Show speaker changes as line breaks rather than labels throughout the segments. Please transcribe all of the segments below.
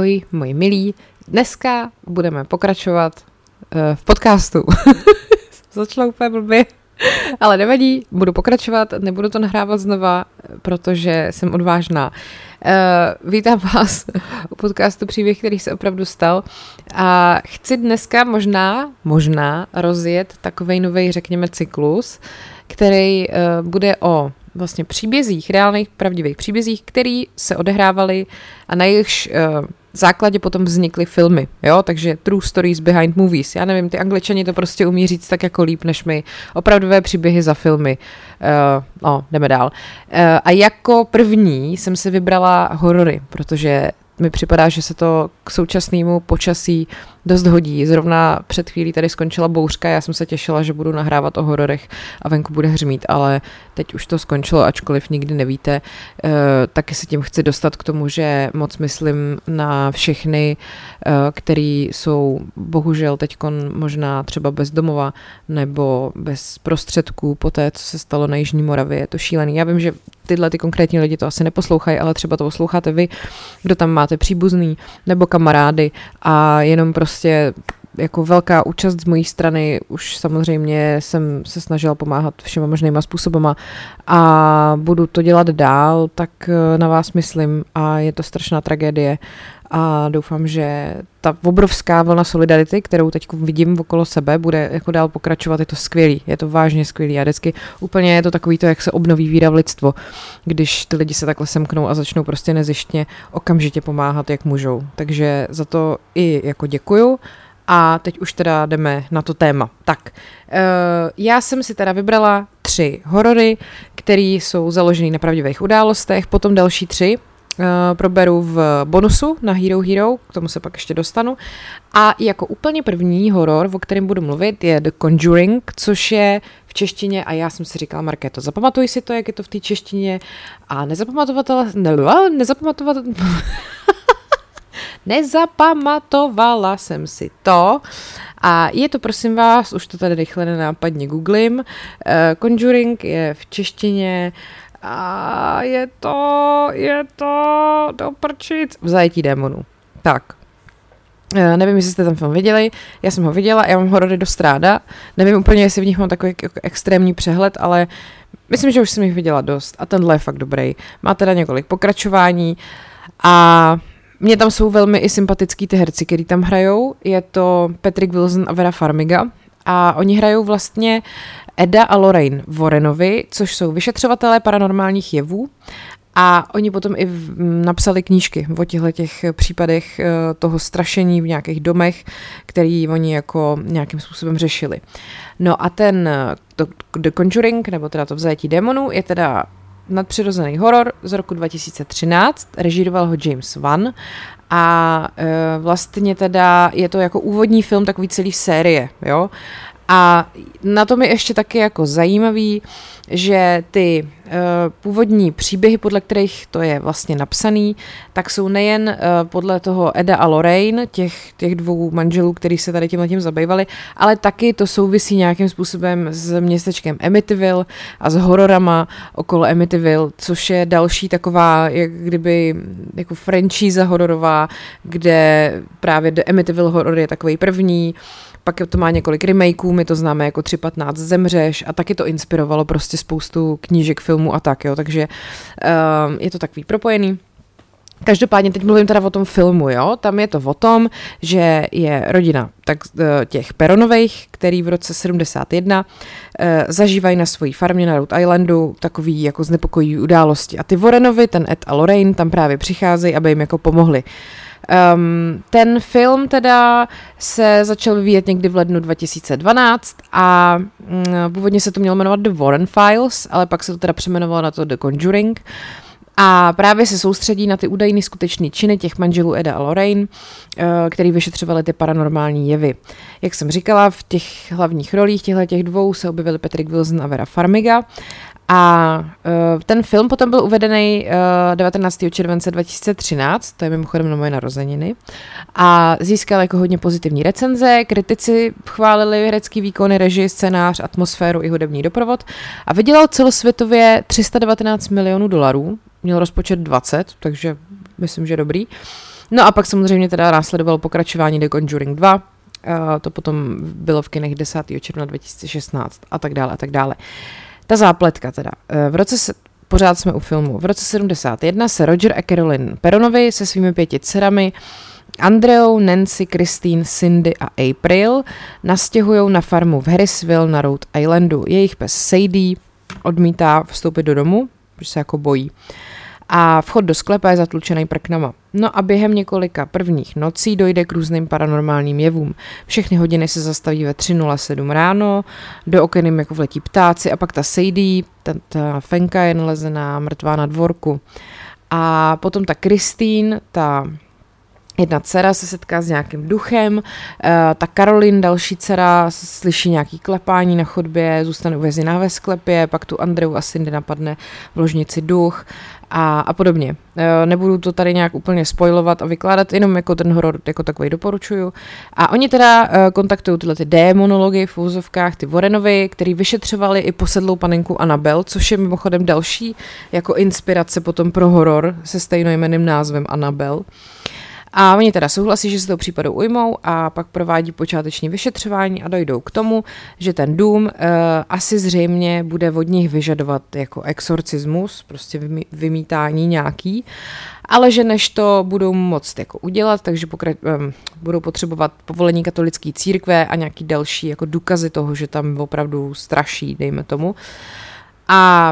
Ahoj, moji milí. Dneska budeme pokračovat v podcastu. Začala úplně blbě, ale nevadí, budu pokračovat, nebudu to nahrávat znova, protože jsem odvážná. Vítám vás u podcastu Příběh, který se opravdu stal a chci dneska možná rozjet takovej novej, řekněme, cyklus, který bude o vlastně příbězích, reálných, pravdivých příbězích, který se odehrávaly a na jejichž základě potom vznikly filmy, jo, takže true stories behind movies. Já nevím, ty Angličani to prostě umí říct tak jako líp než my. Opravdové příběhy za filmy. Jdeme dál. A jako první jsem si vybrala horory, protože mi připadá, že se to k současnému počasí dost hodí. Zrovna před chvílí tady skončila bouřka, já jsem se těšila, že budu nahrávat o hororech a venku bude hřmít, ale teď už to skončilo, ačkoliv nikdy nevíte. Taky se tím chci dostat k tomu, že moc myslím na všechny, který jsou bohužel teďkon možná třeba bez domova nebo bez prostředků po té, co se stalo na Jižní Moravě. Je to šílený. Já vím, že tyhle ty konkrétní lidi to asi neposlouchají, ale třeba to posloucháte vy, kdo tam máte příbuzný nebo kamarády a jenom prostě jako velká účast z mojí strany, už samozřejmě jsem se snažila pomáhat všema možnýma způsobama a budu to dělat dál, tak na vás myslím a je to strašná tragédie a doufám, že ta obrovská vlna solidarity, kterou teď vidím okolo sebe, bude jako dál pokračovat, je to skvělý, je to vážně skvělý a vždycky úplně je to takový to, jak se obnoví víra v lidstvo, když ty lidi se takhle semknou a začnou prostě nezištně okamžitě pomáhat, jak můžou. Takže za to i jako děkuju. A teď už teda jdeme na to téma. Tak, já jsem si teda vybrala 3 horory, které jsou založené na pravdivých událostech, potom další 3 proberu v bonusu na Hero Hero, k tomu se pak ještě dostanu. A jako úplně první horor, o kterém budu mluvit, je The Conjuring, což je v češtině, a já jsem si říkala, Markéto, zapamatuj si to, jak je to v té češtině a nezapamatovala jsem si to a je to, prosím vás, už to tady rychle nenápadně googlím, Conjuring je v češtině a je to do prčic v zajetí démonů. Tak. Nevím, jestli jste ten film viděli, já jsem ho viděla, já mám horory dost ráda, nevím úplně, jestli v nich mám takový extrémní přehled, ale myslím, že už jsem jich viděla dost a tenhle je fakt dobrý. Má teda několik pokračování a mně tam jsou velmi i sympatický ty herci, který tam hrajou. Je to Patrick Wilson a Vera Farmiga a oni hrajou vlastně Eda a Lorraine Warrenovi, což jsou vyšetřovatelé paranormálních jevů a oni potom i napsali knížky o těch případech toho strašení v nějakých domech, který oni jako nějakým způsobem řešili. No a The Conjuring, nebo teda to Vzajetí démonů, je teda nadpřirozený horor z roku 2013, režíroval ho James Wan a vlastně teda je to jako úvodní film takový celý série, jo. A na tom je ještě taky jako zajímavý, že ty původní příběhy, podle kterých to je vlastně napsaný, tak jsou nejen podle toho Eda a Lorraine, těch 2 manželů, kteří se tady tímhletím zabývali, ale taky to souvisí nějakým způsobem s městečkem Amityville a s hororama okolo Amityville, což je další taková, jak kdyby jako franšíza hororová, kde právě The Amityville horror je takový první, pak to má několik remakeů, my to známe jako 3:15 zemřeš a taky to inspirovalo prostě spoustu knížek, filmů a tak, jo, takže je to takový propojený. Každopádně teď mluvím teda o tom filmu, jo, tam je to o tom, že je rodina těch Peronových, který v roce 71 zažívají na svojí farmě na Rhode Islandu takový jako znepokojivý události a ty Warrenovi, ten Ed a Lorraine tam právě přicházejí, aby jim jako pomohli. Ten film teda se začal vyvíjet někdy v lednu 2012 a původně se to mělo jmenovat The Warren Files, ale pak se to teda přejmenovalo na to The Conjuring a právě se soustředí na ty údajný skutečný činy těch manželů Eda a Lorraine, který vyšetřovali ty paranormální jevy. Jak jsem říkala, v těch hlavních rolích těch 2 se objevili Patrick Wilson a Vera Farmiga. A ten film potom byl uvedený 19. července 2013, to je mimochodem na moje narozeniny, a získal jako hodně pozitivní recenze, kritici chválili herecký výkony, režii, scénář, atmosféru i hudební doprovod a vydělal celosvětově $319 milionů, měl rozpočet 20, takže myslím, že dobrý. No a pak samozřejmě teda následovalo pokračování The Conjuring 2, to potom bylo v kinech 10. června 2016 a tak dále a tak dále. Ta zápletka teda. Pořád jsme u filmu. V roce 71 se Roger a Carolyn Perronovi se svými 5 dcerami Andreou, Nancy, Christine, Cindy a April nastěhují na farmu v Harrisville na Rhode Islandu. Jejich pes Sadie odmítá vstoupit do domu, protože se jako bojí. A vchod do sklepa je zatlučený prknama. No a během několika prvních nocí dojde k různým paranormálním jevům. Všechny hodiny se zastaví ve 3:07 ráno, do oken jim jako vletí ptáci a pak ta Sadie, ta Fenka je nalezená mrtvá na dvorku. A potom ta Christine, ta jedna dcera se setká s nějakým duchem, ta Caroline, další dcera, slyší nějaký klepání na chodbě, zůstane uvězněná ve sklepě, pak tu Andreu a Cindy napadne v ložnici duch a podobně. Nebudu to tady nějak úplně spoilovat a vykládat, jenom jako ten horor jako takový doporučuju. A oni teda kontaktují tyhle ty démonology v úzovkách, ty Warrenovi, který vyšetřovali i posedlou panenku Annabelle, což je mimochodem další jako inspirace potom pro horor se stejnojmenným názvem Annabelle. A oni teda souhlasí, že se toho případu ujmou a pak provádí počáteční vyšetřování a dojdou k tomu, že ten dům asi zřejmě bude od nich vyžadovat jako exorcismus, prostě vymítání nějaký, ale že než to budou moct jako udělat, takže budou potřebovat povolení katolické církve a nějaký další jako důkazy toho, že tam opravdu straší, dejme tomu. A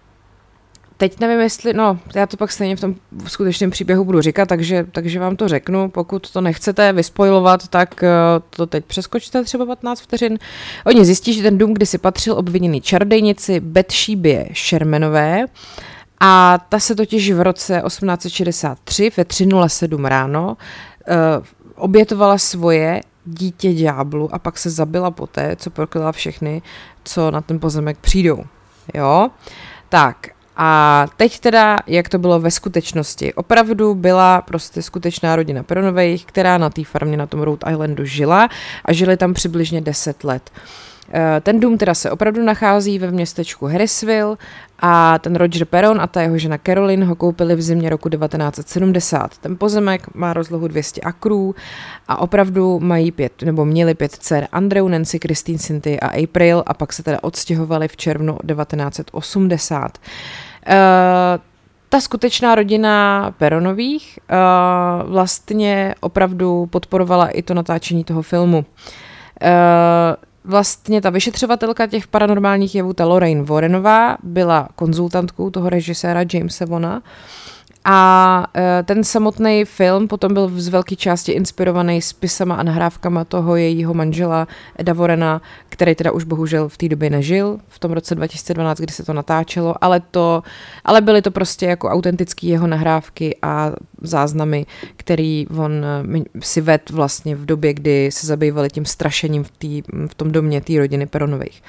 teď nevím, jestli, já to pak stejně v tom skutečném příběhu budu říkat, takže vám to řeknu. Pokud to nechcete vyspoilovat, tak to teď přeskočte třeba 15 vteřin. Oni zjistí, že ten dům kdysi patřil obviněný čarodejnici Betšíbě Shermanové a ta se totiž v roce 1863 ve 3:07 ráno obětovala svoje dítě ďáblu a pak se zabila poté, co prokляla všechny, co na ten pozemek přijdou. Jo? Tak, a teď teda, jak to bylo ve skutečnosti. Opravdu byla prostě skutečná rodina Perronových, která na té farmě na tom Rhode Islandu žila a žili tam přibližně 10 let. Ten dům teda se opravdu nachází ve městečku Harrisville a ten Roger Perron a ta jeho žena Caroline ho koupili v zimě roku 1970. Ten pozemek má rozlohu 200 akrů a opravdu měli 5 dcer: Andreu, Nancy, Christine, Cindy a April a pak se teda odstěhovali v červnu 1980. Ta skutečná rodina Perronových vlastně opravdu podporovala i to natáčení toho filmu. Vlastně ta vyšetřovatelka těch paranormálních jevů, ta Lorraine Warrenová, byla konzultantkou toho režiséra Jamesa Vana a ten samotný film potom byl z velké části inspirovaný spisama a nahrávkama toho jejího manžela Eda Warrena, který teda už bohužel v té době nežil, v tom roce 2012, kdy se to natáčelo, ale byly to prostě jako autentické jeho nahrávky a záznamy, který on si vedl vlastně v době, kdy se zabývali tím strašením v tom domě té rodiny Perronových.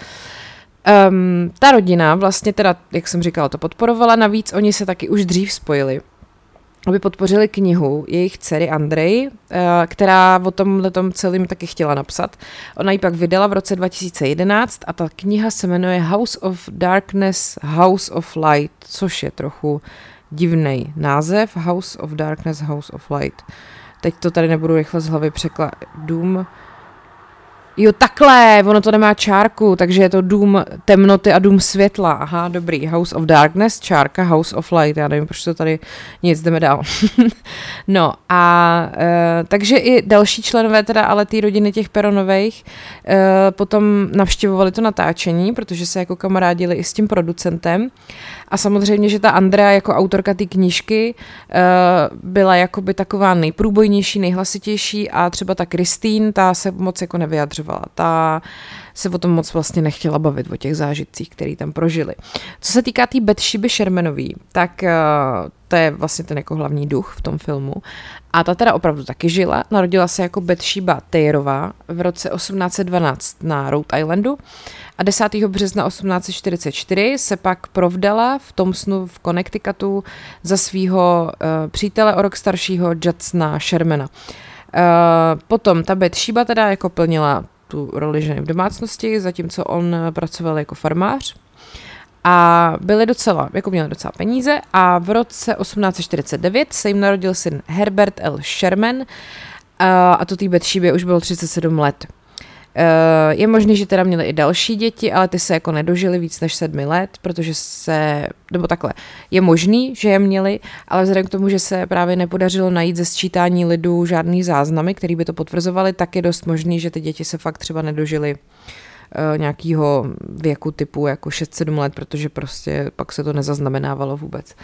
Ta rodina vlastně teda, jak jsem říkala, to podporovala, navíc oni se taky už dřív spojili, aby podpořili knihu jejich dcery Andrej, která o tomhletom celým taky chtěla napsat. Ona ji pak vydala v roce 2011 a ta kniha se jmenuje House of Darkness, House of Light, což je trochu divný název. House of Darkness, House of Light. Teď to tady nebudu rychle z hlavy Dům. Jo, takhle, ono to nemá čárku, takže je to dům temnoty a dům světla. Aha, dobrý, House of Darkness, čárka, House of Light, já nevím, proč to tady nic, jdeme dál. No a takže i další členové teda, ale té rodiny těch Perronových potom navštěvovali to natáčení, protože se jako kamarádili i s tím producentem. A samozřejmě, že ta Andrea jako autorka té knížky byla jakoby taková nejprůbojnější, nejhlasitější a třeba ta Christine, ta se moc jako nevyjadřovala. Ta se o tom moc vlastně nechtěla bavit, o těch zážitcích, který tam prožili. Co se týká té Betšíby Shermanový, tak to je vlastně ten jako hlavní duch v tom filmu. A ta teda opravdu taky žila, narodila se jako Betšíba Tayerová v roce 1812 na Rhode Islandu a 10. března 1844 se pak provdala v Thompsonu v Connecticutu za svého přítele o rok staršího Judsona Shermana. Potom ta Betšíba teda jako plnila tu roli ženy v domácnosti, zatímco on pracoval jako farmář. a byli docela, jako měli docela peníze a v roce 1849 se jim narodil syn Herbert L. Sherman a to té Betšíbě už bylo 37 let. Je možný, že teda měli i další děti, ale ty se jako nedožili víc než 7 let, protože nebo takhle, je možný, že je měli, ale vzhledem k tomu, že se právě nepodařilo najít ze sčítání lidu žádný záznamy, který by to potvrzovaly, tak je dost možný, že ty děti se fakt třeba nedožily nějakého věku typu jako 6-7 let, protože prostě pak se to nezaznamenávalo vůbec.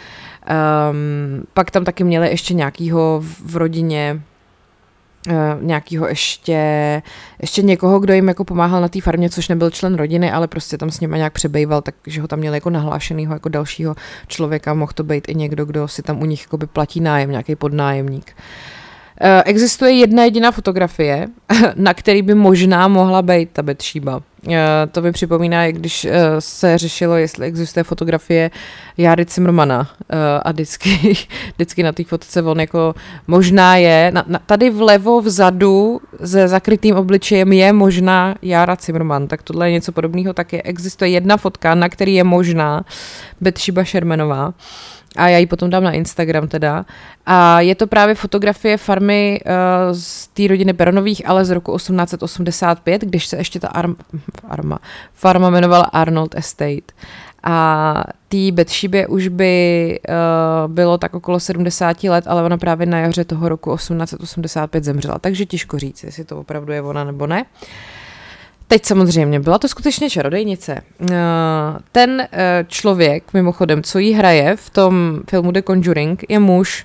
Pak tam taky měli ještě nějakýho v rodině, nějakýho ještě někoho, kdo jim jako pomáhal na té farmě, což nebyl člen rodiny, ale prostě tam s nimi nějak přebejval, takže ho tam měli jako nahlášenýho jako dalšího člověka, mohl to být i někdo, kdo si tam u nich jakoby platí nájem, nějaký podnájemník. Existuje jedna jediná fotografie, na který by možná mohla být ta Betšíba. To mi připomíná, jak když se řešilo, jestli existuje fotografie Járy Cimrmana a vždycky na té fotce on jako možná je, tady vlevo vzadu se zakrytým obličejem je možná Jára Cimrman, tak tohle je něco podobného, tak existuje jedna fotka, na který je možná Betšíba Shermanová. A já ji potom dám na Instagram teda. A je to právě fotografie farmy z té rodiny Peronových, ale z roku 1885, když se ještě ta farma jmenovala Arnold Estate. A té Betšíbě už by bylo tak okolo 70 let, ale ona právě na jaře toho roku 1885 zemřela. Takže těžko říct, jestli to opravdu je ona nebo ne. Teď samozřejmě, byla to skutečně čarodejnice. Ten člověk, mimochodem, co jí hraje v tom filmu The Conjuring, je muž.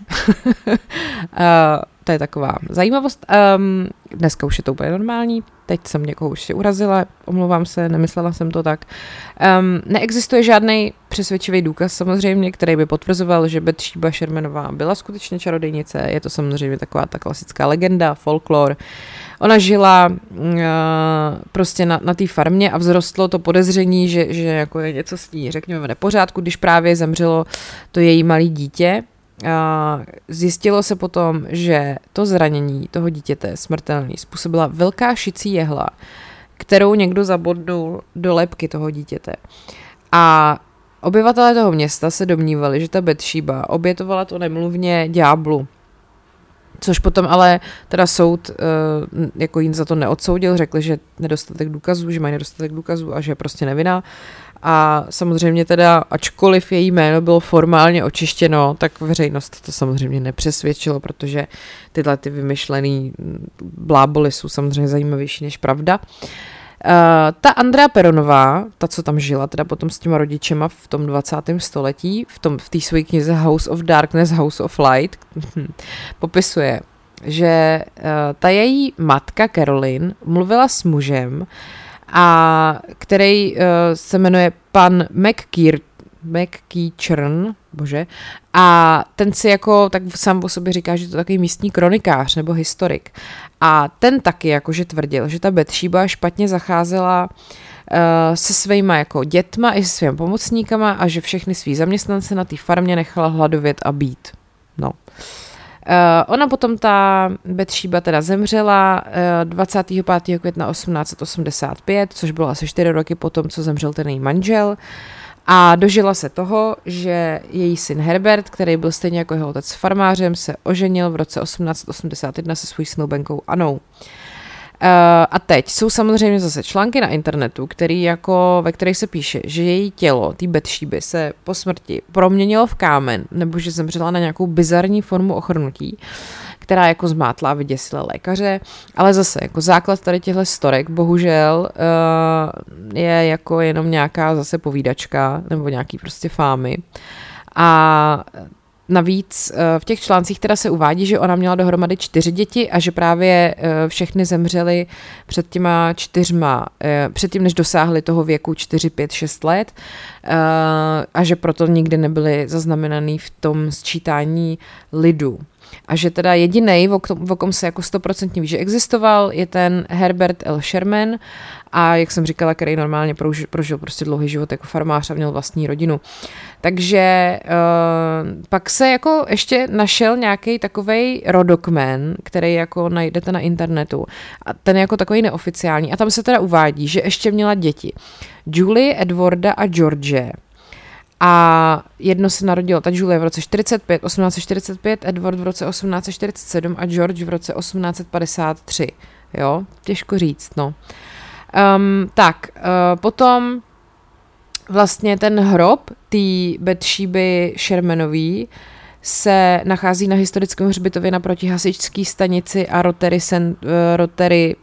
To je taková zajímavost. Dneska už je to úplně normální, teď jsem někoho už urazila, omlouvám se, nemyslela jsem to tak. Neexistuje žádný přesvědčivý důkaz samozřejmě, který by potvrzoval, že Betšíba Shermanová byla skutečně čarodejnice. Je to samozřejmě taková ta klasická legenda, folklor. Ona žila prostě na té farmě a vzrostlo to podezření, že jako je něco s ní, řekněme, v nepořádku, když právě zemřelo to její malé dítě. Zjistilo se potom, že to zranění toho dítěte smrtelný způsobila velká šicí jehla, kterou někdo zabodnul do lebky toho dítěte. A obyvatelé toho města se domnívali, že ta Betšíba obětovala to nemluvně ďáblu. Což potom ale teda soud jako jí za to neodsoudil, řekl, že mají nedostatek důkazů a že je prostě nevinná. A samozřejmě teda, ačkoliv její jméno bylo formálně očištěno, tak veřejnost to samozřejmě nepřesvědčilo, protože tyhle ty vymyšlený bláboly jsou samozřejmě zajímavější než pravda. Ta Andrea Peronová, ta, co tam žila, teda potom s těma rodičema v tom 20. století, v té své knize House of Darkness, House of Light, popisuje, že ta její matka Caroline mluvila s mužem, který se jmenuje pan McKeachern, a ten si jako tak sám o sobě říká, že to je takový místní kronikář nebo historik. A ten taky jakože tvrdil, že ta Betšíba špatně zacházela se svýma jako dětma i se svými pomocníkama a že všechny svý zaměstnance na té farmě nechala hladovět a být. No. Ona potom, ta Betšíba teda zemřela 25. května 1885, což bylo asi 4 roky potom, co zemřel ten její manžel. A dožila se toho, že její syn Herbert, který byl stejně jako jeho otec farmářem, se oženil v roce 1881 se svou snoubenkou Annou. A teď jsou samozřejmě zase články na internetu, ve kterých se píše, že její tělo, té Betšíby, se po smrti proměnilo v kámen, nebo že zemřela na nějakou bizarní formu ochrnutí, která jako zmátla a vyděsila lékaře, ale zase jako základ tady těchto storek bohužel je jako jenom nějaká zase povídačka nebo nějaký prostě fámy. A navíc v těch článcích teda se uvádí, že ona měla dohromady 4 děti a že právě všechny zemřely předtím, než dosáhly toho věku 4, 5, 6 let a že proto nikdy nebyly zaznamenaný v tom sčítání lidu. A že teda jedinej, o kom se jako 100% ví, že existoval, je ten Herbert L. Sherman a jak jsem říkala, který normálně prožil prostě dlouhý život jako farmář a měl vlastní rodinu. Takže pak se jako ještě našel nějaký takovej rodokmen, který jako najdete na internetu a ten je jako takový neoficiální a tam se teda uvádí, že ještě měla děti. Julie, Edwarda a George. A jedno se narodilo, ta Julie v roce 1845, Edward v roce 1847 a George v roce 1853. Jo, těžko říct, no. Potom vlastně ten hrob té Bathsheby Shermanový se nachází na historickém hřbitově na protihasičské stanici a Rotary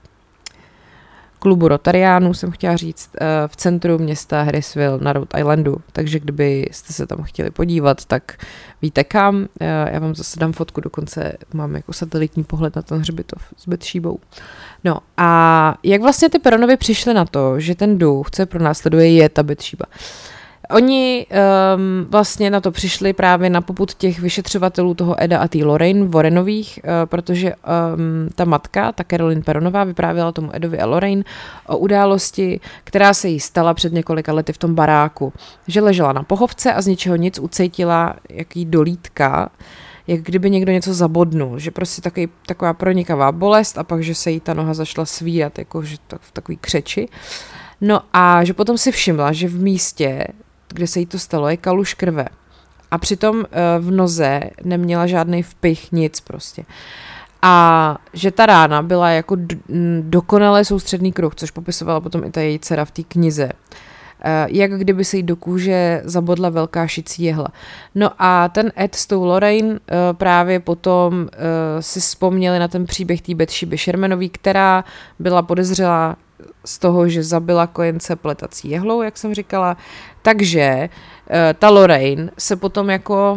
klubu Rotariánů, jsem chtěla říct, v centru města Harrisville na Rhode Islandu. Takže kdybyste se tam chtěli podívat, tak víte kam. Já vám zase dám fotku, dokonce mám jako satelitní pohled na ten hřbitov s Bathshebou. No a jak vlastně ty Peronovi přišli na to, že ten duch, co je pronásleduje, je ta Bathsheba? Oni vlastně na to přišli právě na popud těch vyšetřovatelů toho Eda a té Lorraine Warrenových, protože ta matka, ta Caroline Peronová, vyprávěla tomu Edovi a Lorraine o události, která se jí stala před několika lety v tom baráku. Že ležela na pohovce a z ničeho nic ucítila jaký dolítka, jak kdyby někdo něco zabodnul, že prostě taková pronikavá bolest a pak, že se jí ta noha zašla svírat, jako že v takový křeči. No a že potom si všimla, že v místě, kde se jí to stalo, je kaluž krve. A přitom v noze neměla žádný vpich, nic prostě. A že ta rána byla jako dokonale soustředný kruh, což popisovala potom i ta její dcera v té knize. Jak kdyby se jí do kůže zabodla velká šicí jehla. No a ten Ed s tou Lorraine právě potom si vzpomněli na ten příběh té Bathsheby Shermanový, která byla podezřelá z toho, že zabila kojence pletací jehlou, jak jsem říkala. Takže ta Lorraine se potom jako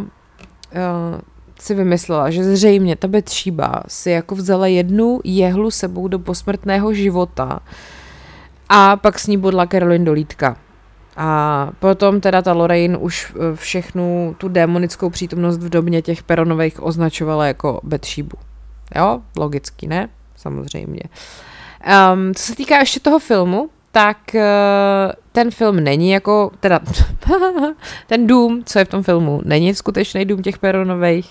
si vymyslela, že zřejmě ta Bathsheba si jako vzala jednu jehlu sebou do posmrtného života a pak s ní bodla Caroline do lítka. A potom teda ta Lorraine už všechnu tu démonickou přítomnost v domě těch Peronových označovala jako Bathshebu. Jo, logicky, ne? Samozřejmě. Co se týká ještě toho filmu, tak ten film není jako, teda ten dům, co je v tom filmu, není skutečný dům těch Peronových.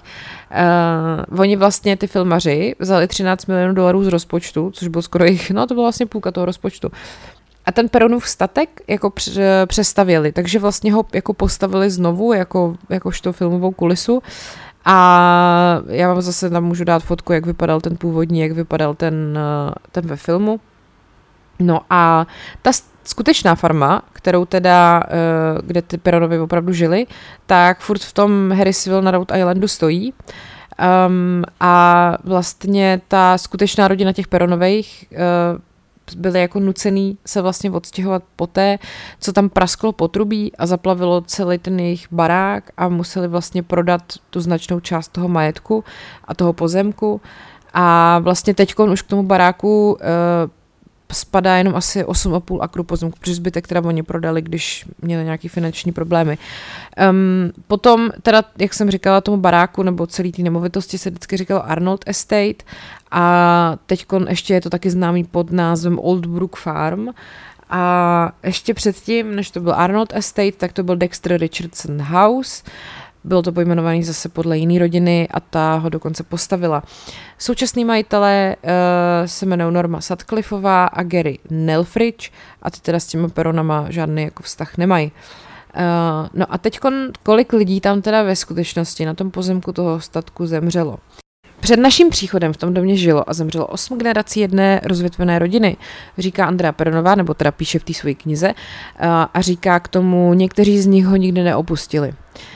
Oni vlastně, ty filmaři, vzali $13 milionů z rozpočtu, což byl skoro jich, no to byla vlastně půlka toho rozpočtu. A ten Peronův statek jako přestavěli, takže vlastně ho jako postavili znovu, jakožto filmovou kulisu. A já vám zase tam můžu dát fotku, jak vypadal ten původní, jak vypadal ten ve filmu. No a ta skutečná farma, kterou teda, kde ty Peronovi opravdu žili, tak furt v tom Harrisville na Rhode Islandu stojí. A vlastně ta skutečná rodina těch Peronových byli jako nucený se vlastně odstěhovat poté, co tam prasklo potrubí a zaplavilo celý ten jejich barák a museli vlastně prodat tu značnou část toho majetku a toho pozemku. A vlastně teďkon už k tomu baráku spadá jenom asi 8,5 akru pozemku, protože zbytek teda oni prodali, když měli nějaký finanční problémy. Potom teda, jak jsem říkala, tomu baráku nebo celý té nemovitosti se vždycky říkalo Arnold Estate a teďkon ještě je to taky známý pod názvem Old Brook Farm. A ještě předtím, než to byl Arnold Estate, tak to byl Dexter Richardson House. Bylo to pojmenované zase podle jiné rodiny a ta ho dokonce postavila. Současní majitelé se jmenují Norma Sutcliffová a Gary Nelfridge a ty teda s těmi Peronama žádný jako vztah nemají. No a teď kolik lidí tam teda ve skutečnosti na tom pozemku toho statku zemřelo? Před naším příchodem v tom domě žilo a zemřelo 8 generací jedné rozvětvené rodiny, říká Andrea Peronová, nebo teda píše v té své knize a říká k tomu, někteří z nich ho nikdy neopustili.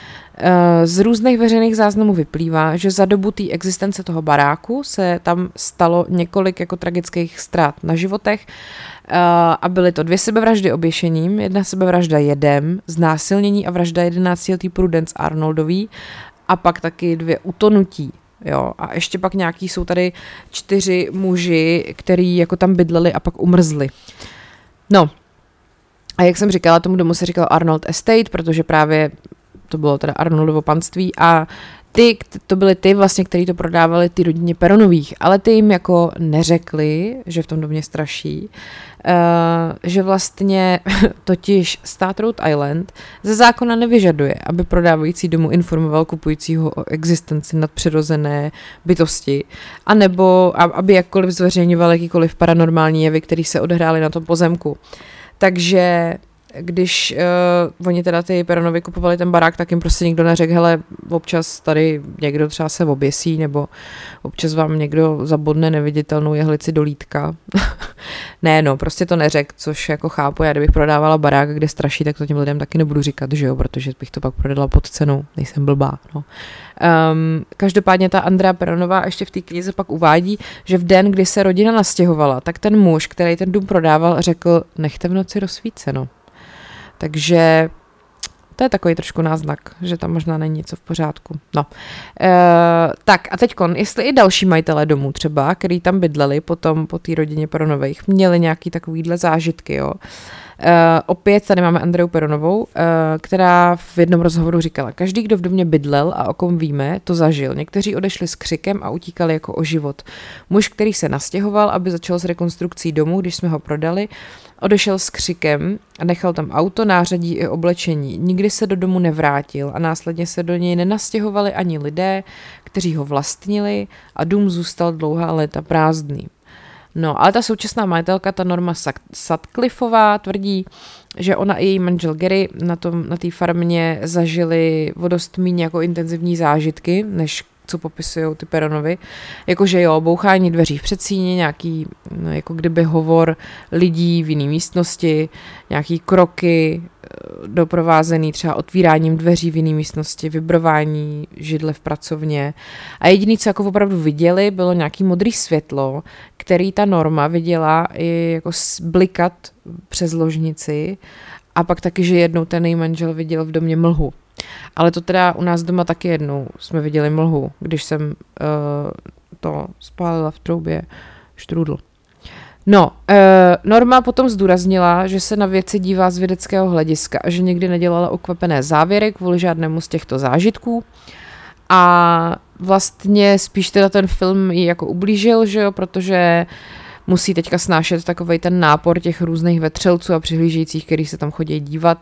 Z různých veřejných záznamů vyplývá, že za dobu té existence toho baráku se tam stalo několik jako tragických ztrát na životech a byly to 2 sebevraždy oběšením, 1 sebevražda jedem, znásilnění a vražda 11letý Prudence Arnoldový a pak taky 2 utonutí. Jo, a ještě pak nějaký jsou tady 4 muži, který jako tam bydleli a pak umrzli. No, a jak jsem říkala, tomu domu se říkalo Arnold Estate, protože právě to bylo teda Arnoldovo panství a to byly ty vlastně, kteří to prodávali ty rodině Peronových, ale ty jim jako neřekli, že v tom domě straší, že vlastně totiž stát Rhode Island ze zákona nevyžaduje, aby prodávající domu informoval kupujícího o existenci nadpřirozené bytosti, anebo aby jakkoliv zveřejňoval jakýkoliv paranormální jevy, které se odehrály na tom pozemku. Takže když oni teda ty Peronovi kupovali ten barák, tak jim prostě nikdo neřekl, hele, občas tady někdo třeba se oběsí, nebo občas vám někdo zabodne neviditelnou jehlici do lítka. Ne, no, prostě to neřekl, což jako chápu, já kdybych prodávala barák, kde straší, tak to těm lidem taky nebudu říkat, že jo, protože bych to pak prodala pod cenou, nejsem blbá, no. Každopádně ta Andrea Peronová ještě v té knize pak uvádí, že v den, kdy se rodina nastěhovala, tak ten muž, který ten dům prodával, řekl, nechte v noci rozsvíceno. Takže to je takový trošku náznak, že tam možná není něco v pořádku. No. Tak a teďkon, jestli i další majitelé domů třeba, který tam bydleli potom po té rodině Peronových, měli nějaký takovýhle zážitky, jo. Opět tady máme Andreu Peronovou, která v jednom rozhovoru říkala, každý, kdo v domě bydlel a o kom víme, to zažil. Někteří odešli s křikem a utíkali jako o život. Muž, který se nastěhoval, aby začal s rekonstrukcí domu, když jsme ho prodali, odešel s křikem a nechal tam auto, nářadí i oblečení. Nikdy se do domu nevrátil a následně se do něj nenastěhovali ani lidé, kteří ho vlastnili a dům zůstal dlouhá léta prázdný. No, ale ta současná majitelka, ta Norma Sutcliffová, tvrdí, že ona i její manžel Gary na té farmě zažili o dost míň jako intenzivní zážitky, než co popisují ty Peronovi. Jakože jo, bouchání dveří v předsíni, nějaký, no, jako kdyby hovor lidí v jiné místnosti, nějaký kroky doprovázený třeba otvíráním dveří v jiné místnosti, vibrování židle v pracovně. A jediný, co jako opravdu viděli, bylo nějaký modrý světlo, který ta Norma viděla i jako blikat přes ložnici a pak taky, že jednou ten její manžel viděl v domě mlhu. Ale to teda u nás doma taky jednou jsme viděli mlhu, když jsem to spálila v troubě štrůdl. No, Norma potom zdůraznila, že se na věci dívá z vědeckého hlediska a že nikdy nedělala ukvapené závěry kvůli žádnému z těchto zážitků. A vlastně spíš teda ten film jí jako ublížil, že jo, protože musí teďka snášet takovej ten nápor těch různých vetřelců a přihlížejících, kteří se tam chodí dívat.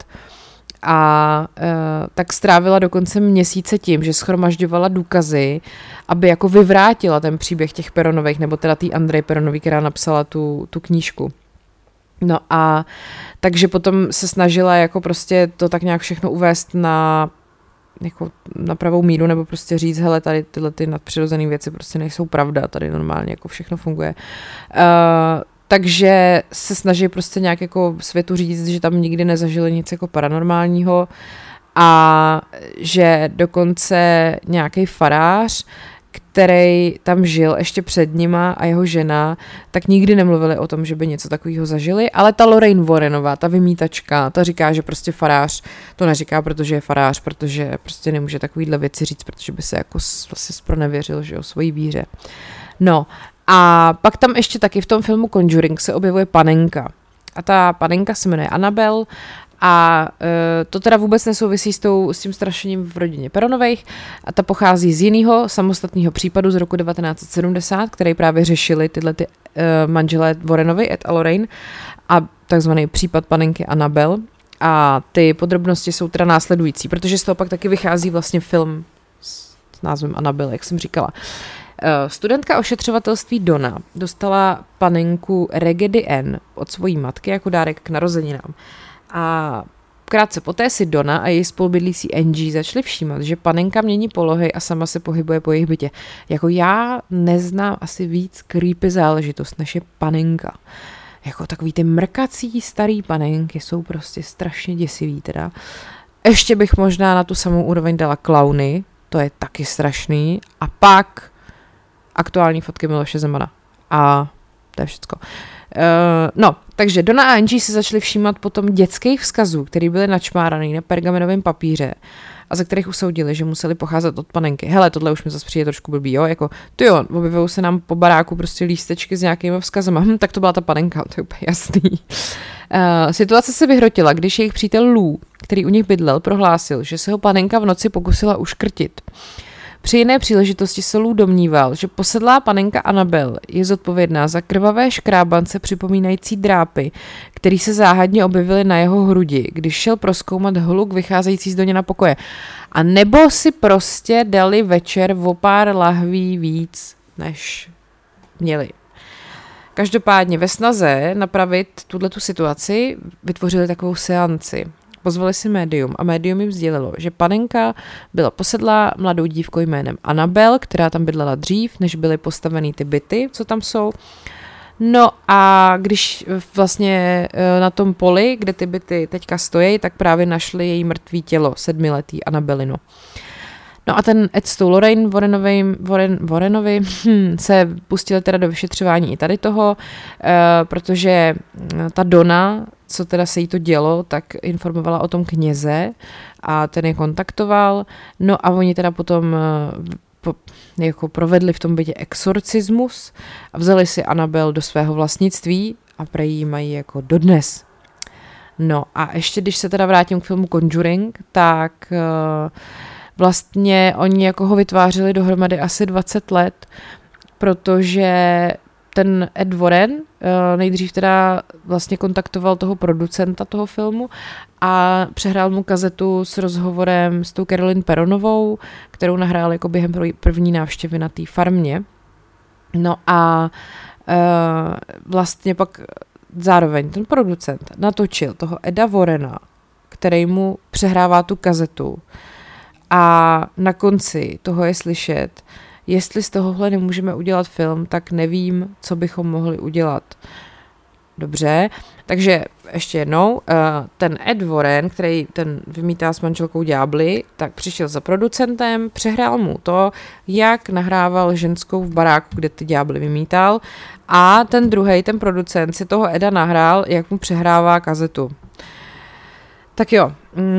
A tak strávila dokonce měsíce tím, že shromažďovala důkazy, aby jako vyvrátila ten příběh těch Peronových, nebo teda té Andreje Peronový, která napsala tu knížku. No a takže potom se snažila jako prostě to tak nějak všechno uvést na pravou míru, nebo prostě říct, hele, tady tyhle ty nadpřirozené věci prostě nejsou pravda, tady normálně jako všechno funguje. Takže se snaží prostě nějak jako světu říct, že tam nikdy nezažili nic jako paranormálního a že dokonce nějaký farář, který tam žil ještě před nima a jeho žena, tak nikdy nemluvili o tom, že by něco takového zažili, ale ta Lorraine Warrenová, ta vymítačka, ta říká, že prostě farář to neříká, protože je farář, protože prostě nemůže takovýhle věci říct, protože by se jako vlastně zpronevěřil, že o svojí víře. No, a pak tam ještě taky v tom filmu Conjuring se objevuje panenka. A ta panenka se jmenuje Annabelle a to teda vůbec nesouvisí s tím strašením v rodině Peronových a ta pochází z jiného samostatného případu z roku 1970, který právě řešili tyhle ty manželé Warrenovi, Ed a Lorraine, a takzvaný případ panenky Annabelle. A ty podrobnosti jsou teda následující, protože z toho pak taky vychází vlastně film s názvem Annabelle, jak jsem říkala. Studentka ošetřovatelství Donna dostala panenku Raggedy Ann od svojí matky jako dárek k narozeninám. A krátce poté si Donna a její spolubydlící Angie začali všímat, že panenka mění polohy a sama se pohybuje po jejich bytě. Jako já neznám asi víc creepy záležitost, než je panenka. Jako takový ty mrkací starý panenky jsou prostě strašně děsivý teda. Ještě bych možná na tu samou úroveň dala klauny, to je taky strašný. A pak aktuální fotky Miloše Zemana. A to je všecko. No, takže Donna a Angie se začaly všímat potom dětských vzkazů, které byly načmáraný na pergaminovém papíře a ze kterých usoudili, že museli pocházet od panenky. Hele, tohle už mi zase přijde trošku blbý, jo? Jako, tyjo, objevují se nám po baráku prostě lístečky s nějakými vzkazama. Tak to byla ta panenka, to je úplně jasný. Situace se vyhrotila, když jejich přítel Lou, který u nich bydlel, prohlásil, že se ho panenka v noci pokusila uškrtit. Při jiné příležitosti se Lou domníval, že posedlá panenka Annabelle je zodpovědná za krvavé škrábance připomínající drápy, které se záhadně objevily na jeho hrudi, když šel prozkoumat hluk vycházející z Donina pokoje. A nebo si prostě dali večer o pár lahví víc, než měli. Každopádně ve snaze napravit tuhletu situaci vytvořili takovou seanci. Pozvali si médium a médium jim sdělilo, že panenka byla posedlá mladou dívkou jménem Annabel, která tam bydlela dřív, než byly postavený ty byty, co tam jsou. No a když vlastně na tom poli, kde ty byty teďka stojí, tak právě našli její mrtvý tělo, 7letý Annabelino. No a ten Ed s tou Lorraine Warrenovi se pustili teda do vyšetřování i tady toho, protože ta Donna, co teda se jí to dělo, tak informovala o tom kněze a ten je kontaktoval, no a oni teda potom jako provedli v tom bytě exorcismus a vzali si Annabel do svého vlastnictví a prej jí mají jako dodnes. No a ještě když se teda vrátím k filmu Conjuring, tak vlastně oni jako ho vytvářeli dohromady asi 20 let, protože ten Ed Warren nejdřív teda vlastně kontaktoval toho producenta toho filmu a přehrál mu kazetu s rozhovorem s tou Caroline Perronovou, kterou nahrál jako během první návštěvy na té farmě. No a vlastně pak zároveň ten producent natočil toho Eda Warrena, který mu přehrává tu kazetu a na konci toho je slyšet, jestli z tohohle nemůžeme udělat film, tak nevím, co bychom mohli udělat. Dobře, takže ještě jednou, ten Ed Warren, který ten vymítá s manželkou ďábly, tak přišel za producentem, přehrál mu to, jak nahrával ženskou v baráku, kde ty ďábly vymítal, a ten druhej, ten producent, si toho Eda nahrál, jak mu přehrává kazetu. Tak jo,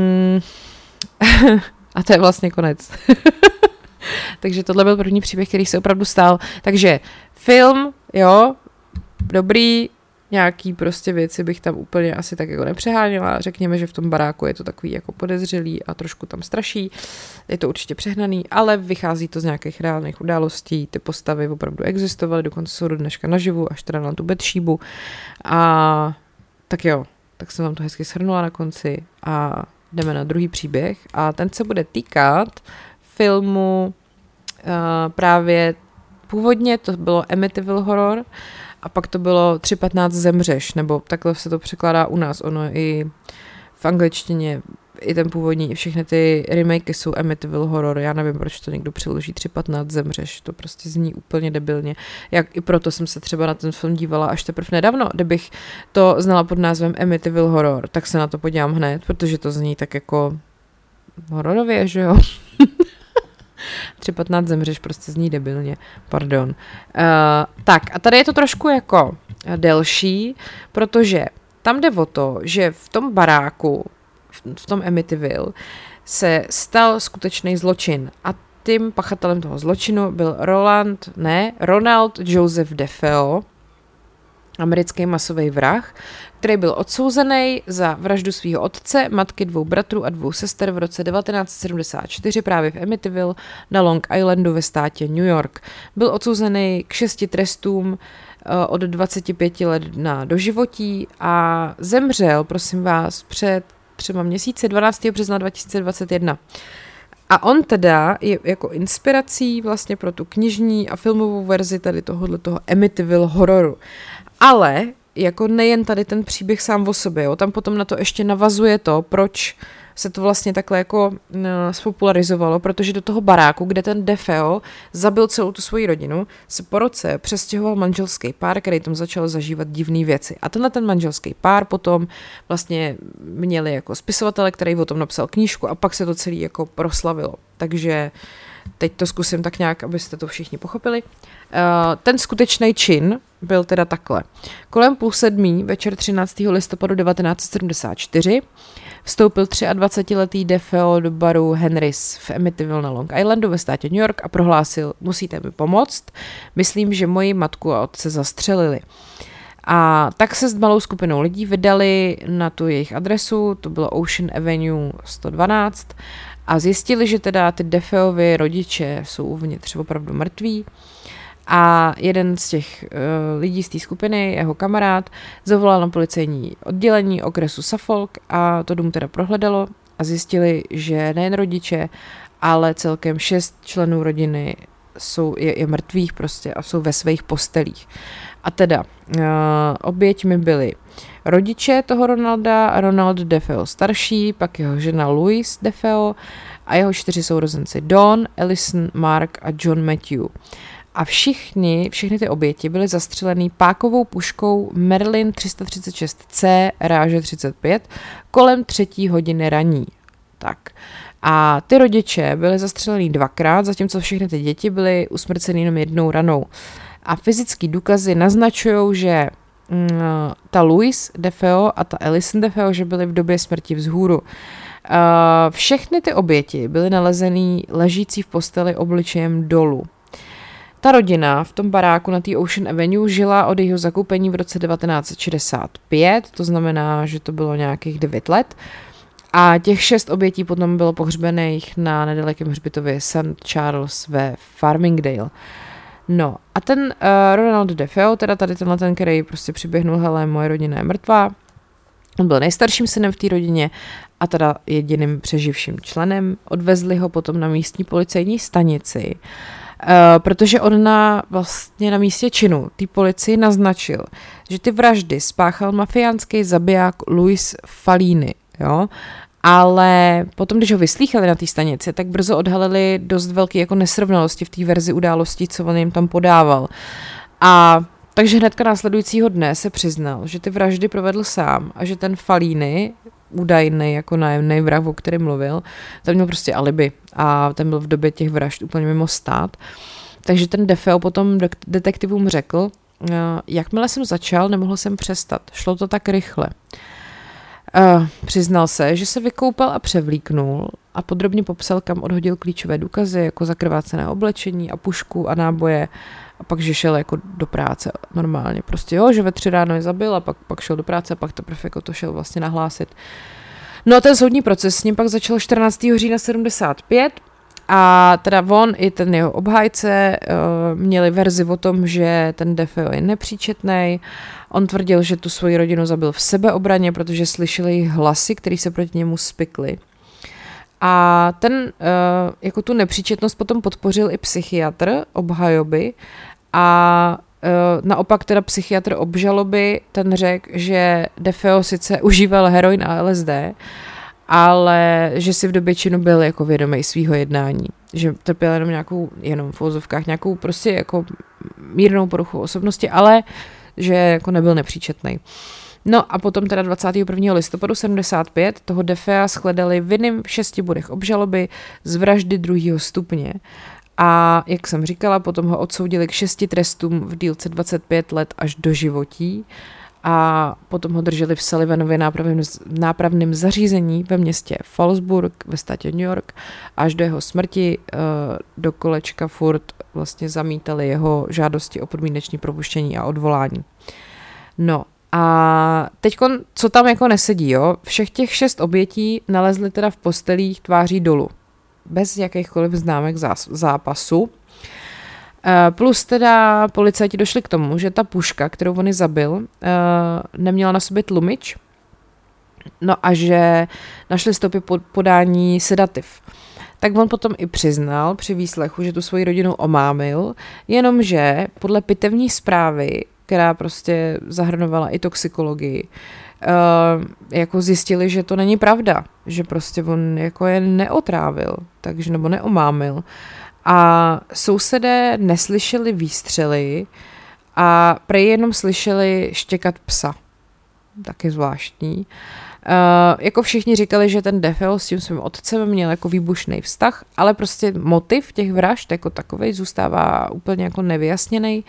a to je vlastně konec. Takže tohle byl první příběh, který se opravdu stál. Takže film, jo, dobrý, nějaký prostě věci bych tam úplně asi tak jako nepřeháněla. Řekněme, že v tom baráku je to takový jako podezřelý a trošku tam straší. Je to určitě přehnaný, ale vychází to z nějakých reálných událostí. Ty postavy opravdu existovaly, dokonce jsou do dneška naživu, až teda na tu Betšíbu. A tak jo, tak jsem vám to hezky shrnula na konci a jdeme na druhý příběh. A ten se bude týkat filmu právě původně to bylo Amityville Horror a pak to bylo 3:15 zemřeš, nebo takhle se to překládá u nás, ono i v angličtině, i ten původní, i všechny ty remakey jsou Amityville Horror, já nevím, proč to někdo přiloží 3:15 zemřeš, to prostě zní úplně debilně, i proto jsem se třeba na ten film dívala až teprve nedávno, kdybych to znala pod názvem Amityville Horror, tak se na to podívám hned, protože to zní tak jako hororově, že jo? 3:15 zemřeš, prostě zní debilně, pardon. Tak a tady je to trošku jako delší, protože tam jde o to, že v tom baráku, v tom Amityville, se stal skutečný zločin a tím pachatelem toho zločinu byl Ronald Joseph DeFeo, americký masový vrah, který byl odsouzený za vraždu svého otce, matky, 2 bratrů a 2 sester v roce 1974 právě v Amityville na Long Islandu ve státě New York. Byl odsouzený k 6 trestům od 25 let na doživotí a zemřel, prosím vás, před 3 měsíci, 12. března 2021. A on teda je jako inspirací vlastně pro tu knižní a filmovou verzi tady tohoto Amityville hororu. Ale jako nejen tady ten příběh sám o sobě, jo, tam potom na to ještě navazuje to, proč se to vlastně takhle jako spopularizovalo, protože do toho baráku, kde ten DeFeo zabil celou tu svoji rodinu, se po roce přestěhoval manželský pár, který tam začal zažívat divné věci. A ten manželský pár potom vlastně měli jako spisovatele, který o tom napsal knížku a pak se to celý jako proslavilo. Takže teď to zkusím tak nějak, abyste to všichni pochopili. Ten skutečný čin byl teda takhle. Kolem 6:30 večer 13. listopadu 1974 vstoupil 23-letý DeFeo do baru Henry's v Amityville na Long Islandu ve státě New York a prohlásil, musíte mi pomoct, myslím, že moji matku a otce zastřelili. A tak se s malou skupinou lidí vydali na tu jejich adresu, to bylo Ocean Avenue 112, a zjistili, že teda ty DeFeovi rodiče jsou uvnitř opravdu mrtví. A jeden z těch lidí z té skupiny, jeho kamarád, zavolal na policejní oddělení okresu Suffolk a to dům teda prohledalo a zjistili, že nejen rodiče, ale celkem 6 členů rodiny je mrtvých prostě a jsou ve svých postelích. A teda oběťmi byly rodiče toho Ronalda, Ronald DeFeo starší, pak jeho žena Louise DeFeo a jeho 4 sourozenci Don, Ellison, Mark a John Matthew. A všechny ty oběti byly zastřelený pákovou puškou Merlin 336C ráže 35 kolem 3. hodiny raní. Tak. A ty rodiče byly zastřelený 2krát, zatímco všechny ty děti byly usmrceny jenom 1 ranou. A fyzické důkazy naznačují, že ta Louise DeFeo a ta Ellison DeFeo, že byly v době smrti vzhůru. Všechny ty oběti byly nalezený ležící v posteli obličejem dolů. Ta rodina v tom baráku na té Ocean Avenue žila od jeho zakoupení v roce 1965, to znamená, že to bylo nějakých 9 let. A těch 6 obětí potom bylo pohřbených na nedalekém hřbitově St. Charles ve Farmingdale. No a ten Ronald DeFeo, teda tady ten, který prostě přiběhnul, hele, moje rodina je mrtvá, on byl nejstarším synem v té rodině a teda jediným přeživším členem, odvezli ho potom na místní policejní stanici, protože on vlastně na místě činu té policii naznačil, že ty vraždy spáchal mafiánský zabiják Louis Falini, jo, ale potom, když ho vyslýchali na té stanici, tak brzo odhalili dost velké jako nesrovnalosti v té verzi událostí, co on jim tam podával. A takže hnedka následujícího dne se přiznal, že ty vraždy provedl sám a že ten Falini, údajný jako nájemný vrah, o kterém mluvil, ten měl prostě alibi a ten byl v době těch vražd úplně mimo stát. Takže ten DeFeo potom detektivům řekl, jakmile jsem začal, nemohl jsem přestat. Šlo to tak rychle. Přiznal se, že se vykoupal a převlíknul a podrobně popsal, kam odhodil klíčové důkazy, jako zakrvácené oblečení a pušku a náboje a pak, že šel jako do práce normálně. Prostě jo, že ve 3 ráno je zabil a pak šel do práce a pak teprve jako to šel vlastně nahlásit. No a ten soudní proces s ním pak začal 14. října 75 a teda on i ten jeho obhájce měli verzi o tom, že ten DeFeo je nepříčetnej. On tvrdil, že tu svoji rodinu zabil v sebeobraně, protože slyšeli jejich hlasy, které se proti němu spikly. A ten jako tu nepříčetnost potom podpořil i psychiatr obhajoby a naopak teda psychiatr obžaloby, ten řekl, že DeFeo sice užíval heroin a LSD, ale že si v době činu byl jako vědomý svýho jednání. Že trpěl jenom v uvozovkách nějakou prostě jako mírnou poruchu osobnosti, ale že jako nebyl nepříčetnej. No a potom teda 21. listopadu 75 toho DeFea shledali vinným v 6 bodech obžaloby z vraždy 2. stupně. A jak jsem říkala, potom ho odsoudili k 6 trestům v délce 25 let až do životí a potom ho drželi v Sullivanově nápravném zařízení ve městě Fallsburg ve státě New York až do jeho smrti. Do kolečka furt vlastně zamítali jeho žádosti o podmínečné propuštění a odvolání. No a teďkon, co tam jako nesedí, jo? Všech těch 6 obětí nalezli teda v postelích tváří dolů, bez jakýchkoliv známek zápasu. Plus teda policajti došli k tomu, že ta puška, kterou on zabil, neměla na sobě tlumič, no a že našli stopy podání sedativ. Tak on potom i přiznal při výslechu, že tu svoji rodinu omámil, jenomže podle pitevní zprávy, která prostě zahrnovala i toxikologii, jako zjistili, že to není pravda, že prostě on jako je neotrávil, takže nebo neomámil. A sousedé neslyšeli výstřely a prej jenom slyšeli štěkat psa. Taky zvláštní. Jako všichni říkali, že ten DeFeo s tím svým otcem měl jako výbušný vztah, ale prostě motiv těch vražd jako takovej zůstává úplně jako nevyjasněný,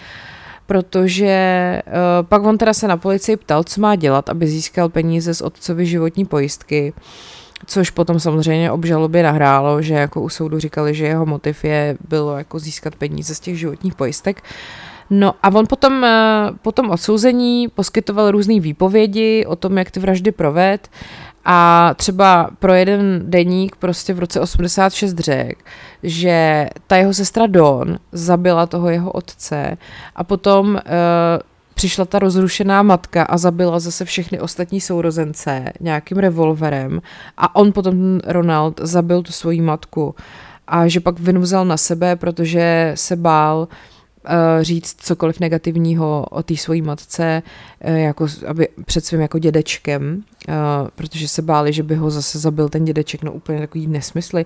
protože pak on teda se na policii ptal, co má dělat, aby získal peníze z otcovy životní pojistky, což potom samozřejmě obžalobě nahrálo, že jako u soudu říkali, že jeho motiv bylo jako získat peníze z těch životních pojistek. No a on potom odsouzení poskytoval různý výpovědi o tom, jak ty vraždy proved a třeba pro jeden deník prostě v roce 86 řekl, že ta jeho sestra Dawn zabila toho jeho otce a potom přišla ta rozrušená matka a zabila zase všechny ostatní sourozence nějakým revolverem a on potom, Ronald, zabil tu svoji matku a že pak vinu vzal na sebe, protože se bál říct cokoliv negativního o té svojí matce jako, aby před svým jako dědečkem, protože se báli, že by ho zase zabil ten dědeček, no úplně takový nesmysly,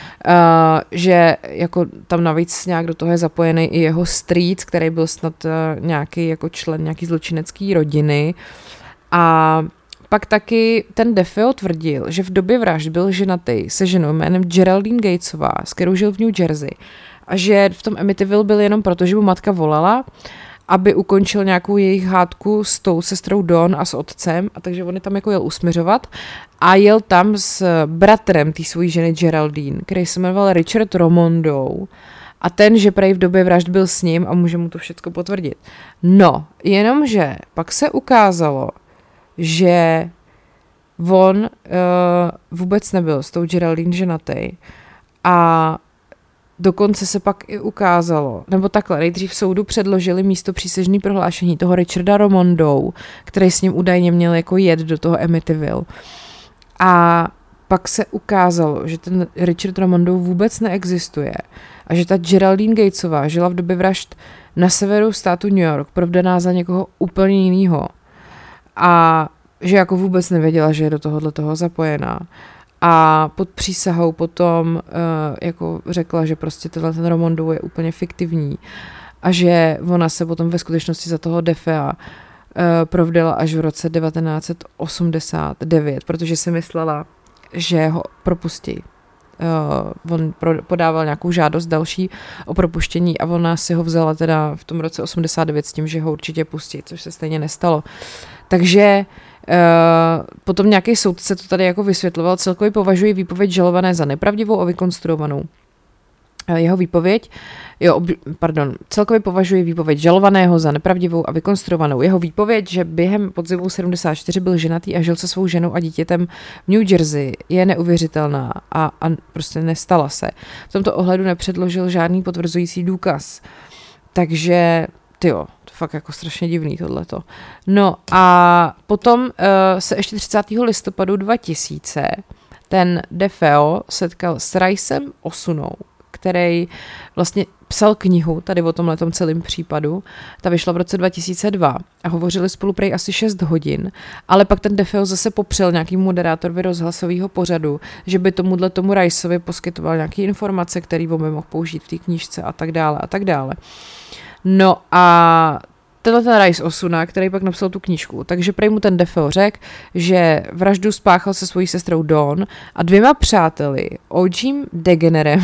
že jako tam navíc nějak do toho je zapojený i jeho strýc, který byl snad nějaký jako člen nějaký zločinecký rodiny a pak taky ten DeFeo tvrdil, že v době vražd byl ženatý se ženou jménem Geraldine Gatesová, s kterou žil v New Jersey a že v tom Amityville byl jenom proto, že mu matka volala, aby ukončil nějakou jejich hádku s tou sestrou Dawn a s otcem, a takže on je tam jako jel usměřovat a jel tam s bratrem té svojí ženy Geraldine, který se jmenoval Richard Romondou a ten, že prej v době vražd byl s ním a může mu to všechno potvrdit. No, jenomže pak se ukázalo, že on vůbec nebyl s tou Geraldine ženatý a dokonce se pak i ukázalo, nebo takhle, nejdřív v soudu předložili místo přísežný prohlášení toho Richarda Romondou, který s ním údajně měl jako jet do toho Amityville. A pak se ukázalo, že ten Richard Romondou vůbec neexistuje a že ta Geraldine Gatesová žila v době vražd na severu státu New York, provdaná za někoho úplně jinýho. A že jako vůbec nevěděla, že je do tohohle toho zapojená. A pod přísahou potom jako řekla, že prostě tenhle ten Romondou je úplně fiktivní a že ona se potom ve skutečnosti za toho DeFea provdala až v roce 1989, protože si myslela, že ho propustí. On podával nějakou žádost další o propuštění a ona si ho vzala teda v tom roce 89 s tím, že ho určitě pustí, což se stejně nestalo. Takže potom nějaký soudce to tady jako vysvětloval, celkově považuji výpověď žalované za nepravdivou a vykonstruovanou. Jeho výpověď, celkově považuji výpověď žalovaného za nepravdivou a vykonstruovanou. Jeho výpověď, že během podzimu 74 byl ženatý a žil se svou ženou a dítětem v New Jersey, je neuvěřitelná a prostě nestala se. V tomto ohledu nepředložil žádný potvrzující důkaz. Takže to fakt jako strašně divný tohleto. No a potom se ještě 30. listopadu 2000 ten DeFeo setkal s Ricem Osunou, který vlastně psal knihu tady o tomhletom celém případu. Ta vyšla v roce 2002 a hovořili spolu prej asi 6 hodin, ale pak ten DeFeo zase popřel nějaký moderátorovi rozhlasového pořadu, že by tomu Riceovi poskytoval nějaké informace, které on by mohl použít v té knížce a tak dále a tak dále. No a ten Rice Osuna, který pak napsal tu knížku, takže prej mu ten DeFeo řekl, že vraždu spáchal se svojí sestrou Dawn a 2 přáteli, O.G. Degenerem,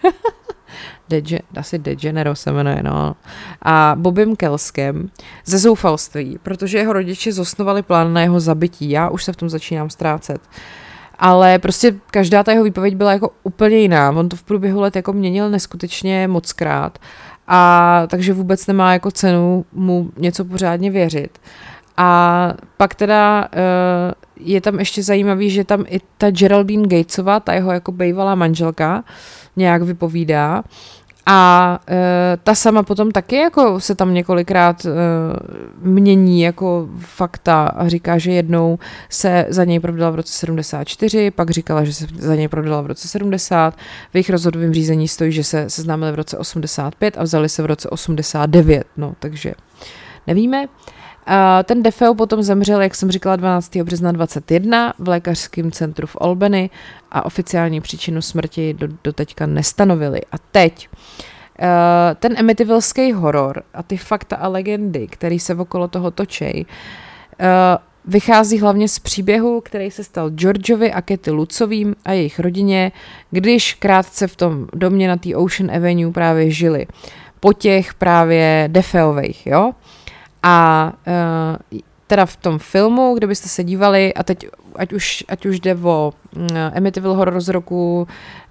asi Degenero se jmenuje, no, a Bobem Kelskem ze zoufalství, protože jeho rodiče zosnovali plán na jeho zabití. Já už se v tom začínám ztrácet. Ale prostě každá ta jeho výpověď byla jako úplně jiná. On to v průběhu let jako měnil neskutečně mockrát. A takže vůbec nemá jako cenu mu něco pořádně věřit. A pak teda je tam ještě zajímavý, že tam i ta Geraldine Gatesová, ta jeho jako bývalá manželka, nějak vypovídá. A ta sama potom taky jako se tam několikrát mění jako fakta a říká, že jednou se za něj provdala v roce 74, pak říkala, že se za něj provdala v roce 70, v jejich rozhodovém řízení stojí, že se seznámili v roce 85 a vzali se v roce 89, no takže nevíme. Ten DeFeo potom zemřel, jak jsem říkala, 12. března 2021 v lékařském centru v Albany a oficiální příčinu smrti do teďka nestanovili. A teď ten amityvillský horor a ty fakta a legendy, které se okolo toho točí, vychází hlavně z příběhu, který se stal Georgeovi a Kathy Lutzovým a jejich rodině, když krátce v tom domě na té Ocean Avenue právě žili. Po těch právě DeFeových, jo? A teda v tom filmu, kde byste se dívali, a teď ať už jde o Amityville horror z roku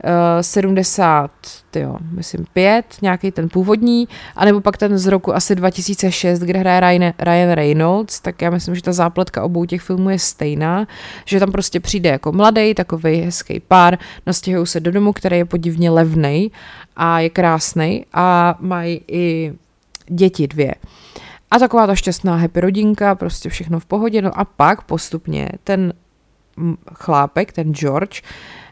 75, nějaký ten původní, anebo pak ten z roku asi 2006, kde hraje Ryan Reynolds, tak já myslím, že ta zápletka obou těch filmů je stejná, že tam prostě přijde jako mladý, takovej hezký pár, nastěhují se do domu, který je podivně levnej a je krásnej a mají i děti 2. A taková ta šťastná happy rodinka, prostě všechno v pohodě. No a pak postupně ten chlápek, ten George,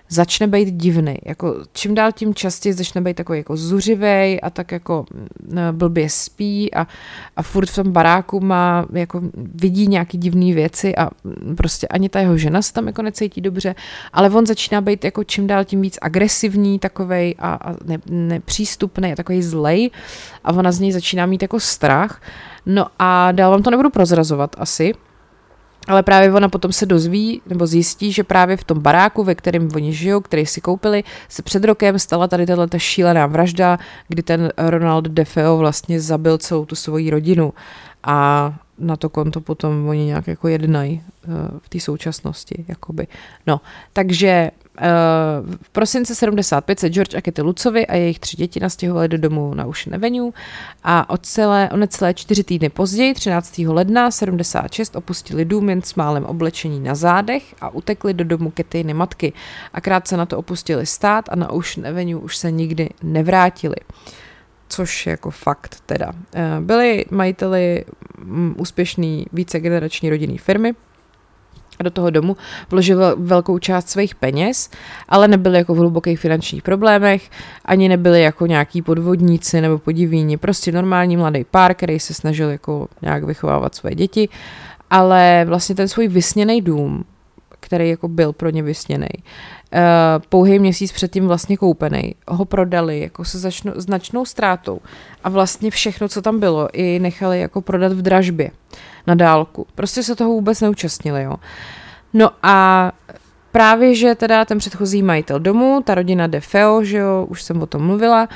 začne být divnej. Jako čím dál tím častěji začne být takový jako zuřivej a tak jako blbě spí a furt v tom baráku má, jako vidí nějaký divný věci a prostě ani ta jeho žena se tam jako necítí dobře, ale on začíná být jako čím dál tím víc agresivní takovej a nepřístupný a takovej zlej a ona z něj začíná mít jako strach. No a dál vám to nebudu prozrazovat asi, ale právě ona potom se dozví nebo zjistí, že právě v tom baráku, ve kterém oni žijou, který si koupili, se před rokem stala tady tato šílená vražda, kdy ten Ronald DeFeo vlastně zabil celou tu svoji rodinu a na to konto potom oni nějak jako jednají v té současnosti, jakoby. No, takže v prosince 75 se George a Katy Lucovi a jejich 3 děti nastěhovali do domu na Ocean Avenue a o necelé 4 týdny později, 13. ledna 76, opustili dům jen s málem oblečení na zádech a utekli do domu Katyny matky. A krátce na to opustili stát a na Ocean Avenue už se nikdy nevrátili. Což je jako fakt teda. Byli majiteli úspěšný vícegenerační rodinný firmy a do toho domu vložil velkou část svých peněz, ale nebyli jako v hlubokých finančních problémech, ani nebyli jako nějaký podvodníci nebo podivíni, prostě normální mladý pár, který se snažil jako nějak vychovávat své děti, ale vlastně ten svůj vysněný dům, který jako byl pro ně vysněný, pouhý měsíc předtím vlastně koupený, ho prodali jako se značnou ztrátou a vlastně všechno, co tam bylo, i nechali jako prodat v dražbě na dálku. Prostě se toho vůbec neúčastnili, jo. No a právě, že teda ten předchozí majitel domu, ta rodina DeFeo, že jo, už jsem o tom mluvila,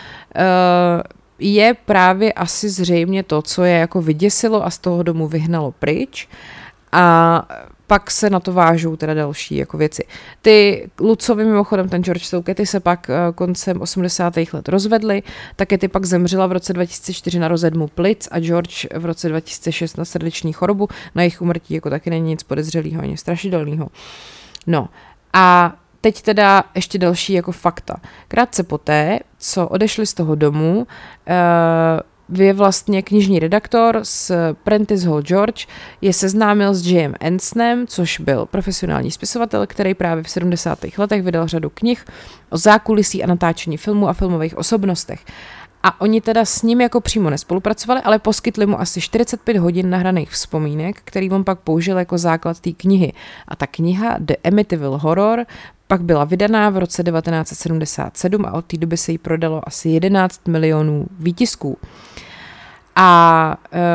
je právě asi zřejmě to, co je jako vyděsilo a z toho domu vyhnalo pryč a pak se na to vážou teda další jako věci. Ty Lucovi mimochodem, ten George s Katy se pak koncem 80. let rozvedli, tak Katy pak zemřela v roce 2004 na rozedmu plic a George v roce 2006 na srdeční chorobu. Na jejich úmrtí jako taky není nic podezřelého ani strašidelného. No a teď teda ještě další jako fakta. Krátce poté, co odešli z toho domu, je vlastně knižní redaktor z Prentice Hall George je seznámil s J.M. Ansonem, což byl profesionální spisovatel, který právě v 70. letech vydal řadu knih o zákulisí a natáčení filmů a filmových osobnostech. A oni teda s ním jako přímo nespolupracovali, ale poskytli mu asi 45 hodin nahraných vzpomínek, který on pak použil jako základ té knihy. A ta kniha The Amityville Horror pak byla vydaná v roce 1977 a od té doby se jí prodalo asi 11 milionů výtisků. A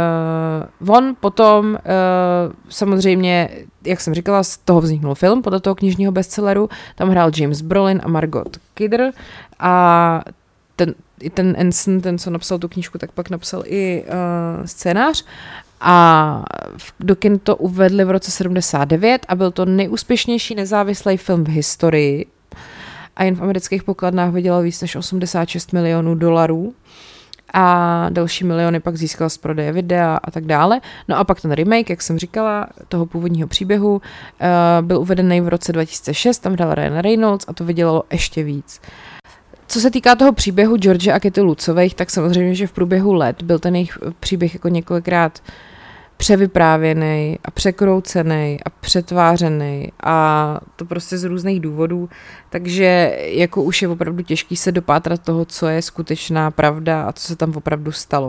on potom samozřejmě, jak jsem říkala, z toho vzniknul film podle toho knižního bestselleru, tam hrál James Brolin a Margot Kidder a ten Anson, ten, co napsal tu knížku, tak pak napsal i scénář a do kin to uvedli v roce 79 a byl to nejúspěšnější nezávislý film v historii a jen v amerických pokladnách vydělal víc než 86 milionů dolarů a další miliony pak získal z prodeje videa a tak dále. No a pak ten remake, jak jsem říkala, toho původního příběhu byl uvedený v roce 2006, tam hrál Ryan Reynolds a to vydělalo ještě víc. Co se týká toho příběhu George a Katy Lucových, tak samozřejmě, že v průběhu let byl ten jejich příběh jako několikrát převyprávěný a překroucený a přetvářený a to prostě z různých důvodů, takže jako už je opravdu těžký se dopátrat toho, co je skutečná pravda a co se tam opravdu stalo.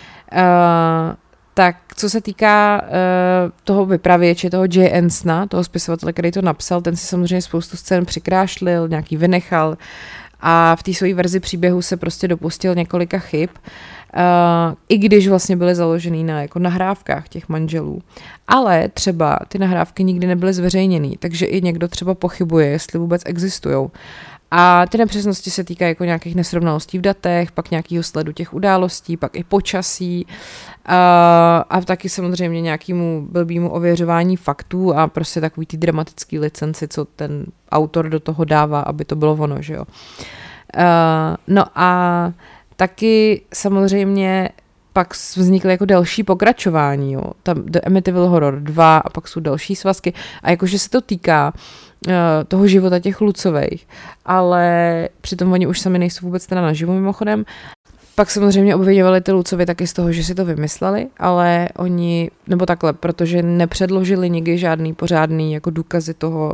Tak co se týká toho vypravěče, toho J. Ansona, toho spisovatele, který to napsal, ten si samozřejmě spoustu scén přikrášlil, nějaký vynechal a v té své verzi příběhu se prostě dopustil několika chyb, i když vlastně byly založený na jako nahrávkách těch manželů. Ale třeba ty nahrávky nikdy nebyly zveřejněný, takže i někdo třeba pochybuje, jestli vůbec existujou. A ty nepřesnosti se týkají jako nějakých nesrovnalostí v datech, pak nějakého sledu těch událostí, pak i počasí a taky samozřejmě nějakému blbýmu ověřování faktů a prostě takový ty dramatický licenci, co ten autor do toho dává, aby to bylo ono, že jo. No a taky samozřejmě pak vznikly jako další pokračování, jo. Tam The Amityville Horror 2 a pak jsou další svazky a jakože se to týká toho života těch Lucových, ale přitom oni už sami nejsou vůbec teda naživu mimochodem. Pak samozřejmě obviňovali ty Lucovi taky z toho, že si to vymysleli, ale oni, nebo takhle, protože nepředložili nikdy žádný pořádný jako důkazy toho,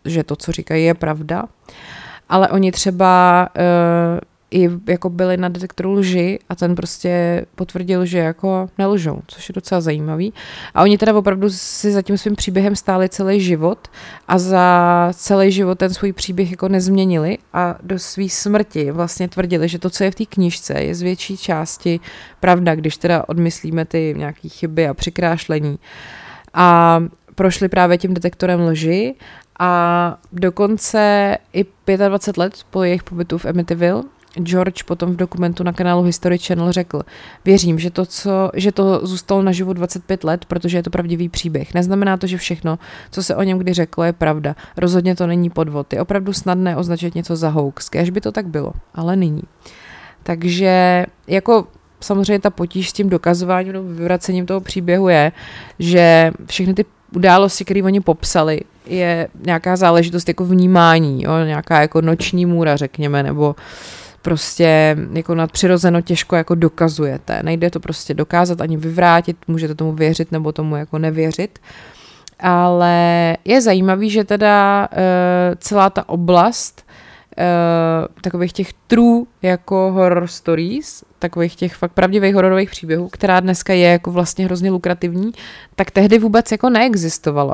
že to, co říkají, je pravda. Ale oni třeba i jako byli na detektoru lži a ten prostě potvrdil, že jako nelžou, což je docela zajímavý. A oni teda opravdu si za tím svým příběhem stáli celý život a za celý život ten svůj příběh jako nezměnili a do své smrti vlastně tvrdili, že to, co je v té knížce, je z větší části pravda, když teda odmyslíme ty nějaké chyby a přikrášlení. A prošli právě tím detektorem lži a dokonce i 25 let po jejich pobytu v Amityville George potom v dokumentu na kanálu History Channel řekl: věřím, že to zůstalo naživu 25 let, protože je to pravdivý příběh. Neznamená to, že všechno, co se o něm kdy řeklo, je pravda. Rozhodně to není podvod. Je opravdu snadné označit něco za hoax. Kéž by to tak bylo, ale není. Takže jako samozřejmě ta potíž s tím dokazováním nebo vyvracením toho příběhu je, že všechny ty události, které oni popsali, je nějaká záležitost jako vnímání, jo? Nějaká jako noční můra, řekněme, nebo prostě jako nadpřirozeno těžko jako dokazujete. Nejde to prostě dokázat ani vyvrátit, můžete tomu věřit nebo tomu jako nevěřit. Ale je zajímavý, že teda celá ta oblast takových těch true jako horror stories, takových těch fakt pravdivých hororových příběhů, která dneska je jako vlastně hrozně lukrativní, tak tehdy vůbec jako neexistovala.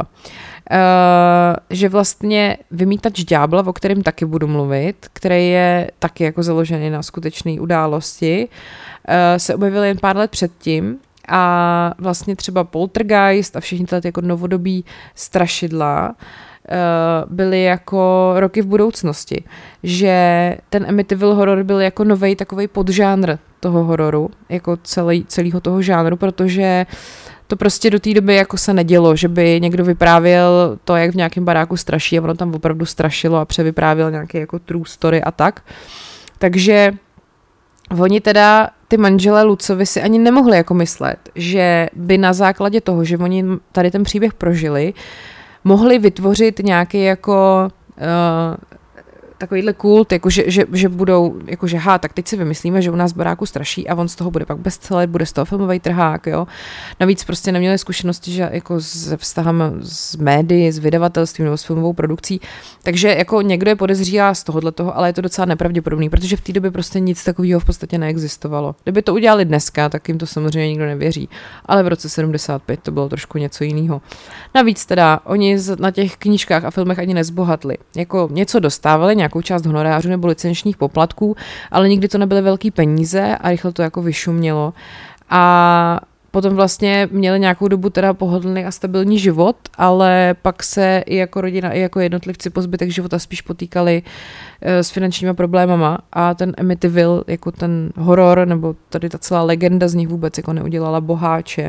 Že vlastně Vymítač ďábla, o kterém taky budu mluvit, který je taky jako založený na skutečné události, se objevil jen pár let předtím a vlastně třeba Poltergeist a všechny tyhle jako novodobí strašidla byly jako roky v budoucnosti, že ten Amityville horor byl jako novej takovej podžánr toho hororu, jako celého toho žánru, protože to prostě do té doby jako se nedělo, že by někdo vyprávěl to, jak v nějakém baráku straší a ono tam opravdu strašilo a převyprávěl nějaké jako true story a tak. Takže oni teda, ty manželé Lucovi si ani nemohli jako myslet, že by na základě toho, že oni tady ten příběh prožili, mohli vytvořit nějaký jako takovýhle kult, jako že budou, jakože tak teď si vymyslíme, že u nás baráku straší a on z toho bude pak bestseller, bude z toho filmový trhák, jo. Navíc prostě neměli zkušenosti, že jako se vztahem s médií, s vydavatelstvím nebo s filmovou produkcí, takže jako někdo je podezřívá z tohohletoho, ale je to docela nepravděpodobný, protože v té době prostě nic takového v podstatě neexistovalo. Kdyby to udělali dneska, tak jim to samozřejmě nikdo nevěří, ale v roce 75 to bylo trošku něco jiného. Navíc teda oni na těch knížkách a filmech ani nezbohatli. Jako něco dostávali, nějakou část honorářů nebo licenčních poplatků, ale nikdy to nebyly velký peníze a rychle to jako vyšumělo. A potom vlastně měli nějakou dobu teda pohodlný a stabilní život, ale pak se i jako rodina, i jako jednotlivci po zbytek života spíš potýkali s finančníma problémama a ten Amityville, jako ten horor, nebo tady ta celá legenda z nich vůbec jako neudělala boháče.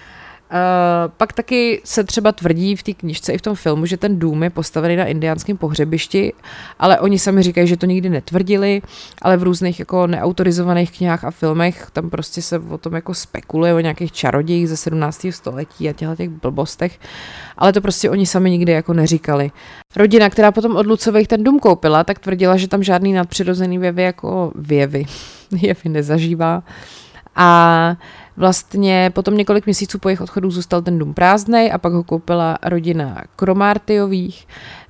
Pak taky se třeba tvrdí v té knížce i v tom filmu, že ten dům je postavený na indiánském pohřebišti, ale oni sami říkají, že to nikdy netvrdili, ale v různých jako neautorizovaných knihách a filmech tam prostě se o tom jako spekuluje o nějakých čarodějích ze 17. století a těch blbostech, ale to prostě oni sami nikdy jako neříkali. Rodina, která potom od Lucových ten dům koupila, tak tvrdila, že tam žádný nadpřirozený jevy nezažívá. A vlastně potom několik měsíců po jejich odchodu zůstal ten dům prázdnej a pak ho koupila rodina Cromartyových,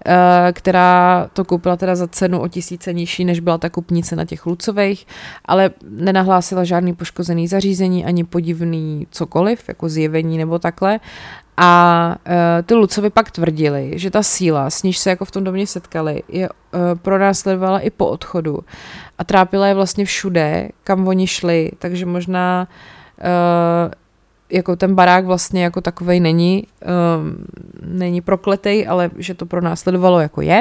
která to koupila teda za cenu o 1000 nižší, než byla ta kupní cena těch Lucových, ale nenahlásila žádný poškozený zařízení ani podivný cokoliv, jako zjevení nebo takhle. A ty Lucovi pak tvrdili, že ta síla, s níž se jako v tom domě setkali, je pronásledovala i po odchodu a trápila je vlastně všude, kam oni šli, takže možná jako ten barák vlastně jako takovej není prokletej, ale že to pronásledovalo jako je.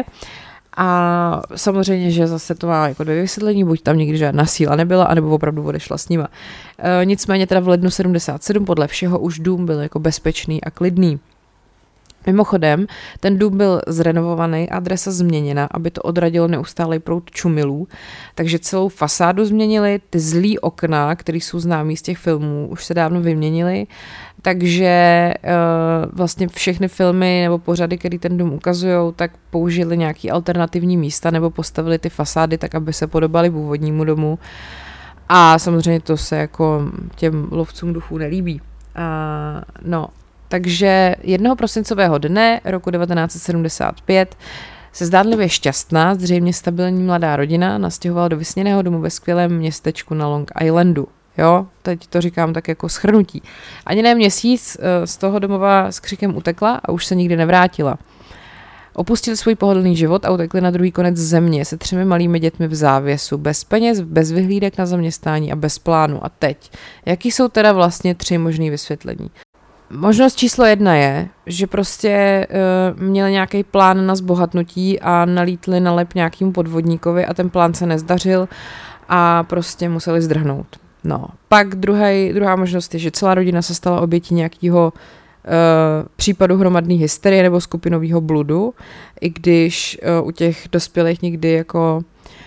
A samozřejmě, že zase to má jako dvě vysvětlení, buď tam nikdy žádná síla nebyla, anebo opravdu odešla s nima. Nicméně teda v lednu 77 podle všeho už dům byl jako bezpečný a klidný. Mimochodem, ten dům byl zrenovovaný, adresa změněna, aby to odradilo neustálý proud čumilů, takže celou fasádu změnili, ty zlý okna, které jsou známý z těch filmů, už se dávno vyměnily, takže vlastně všechny filmy nebo pořady, které ten dům ukazujou, tak použili nějaký alternativní místa nebo postavili ty fasády tak, aby se podobaly původnímu domu. A samozřejmě to se jako těm lovcům duchů nelíbí. Takže 1. prosincového dne roku 1975 se zdánlivě šťastná, zřejmě stabilní mladá rodina nastěhovala do vysněného domu ve skvělém městečku na Long Islandu. Jo, teď to říkám tak jako shrnutí. Ani ne měsíc z toho domova s křikem utekla a už se nikdy nevrátila. Opustili svůj pohodlný život a utekli na druhý konec země se 3 malými dětmi v závěsu, bez peněz, bez vyhlídek na zaměstnání a bez plánu. A teď, jaký jsou teda vlastně 3 možný vysvětlení? Možnost číslo 1 je, že prostě měli nějaký plán na zbohatnutí a nalítli na lep nějakým podvodníkovi a ten plán se nezdařil a prostě museli zdrhnout. No, pak druhá možnost je, že celá rodina se stala obětí nějakého případu hromadné hysterie nebo skupinového bludu, i když u těch dospělých nikdy jako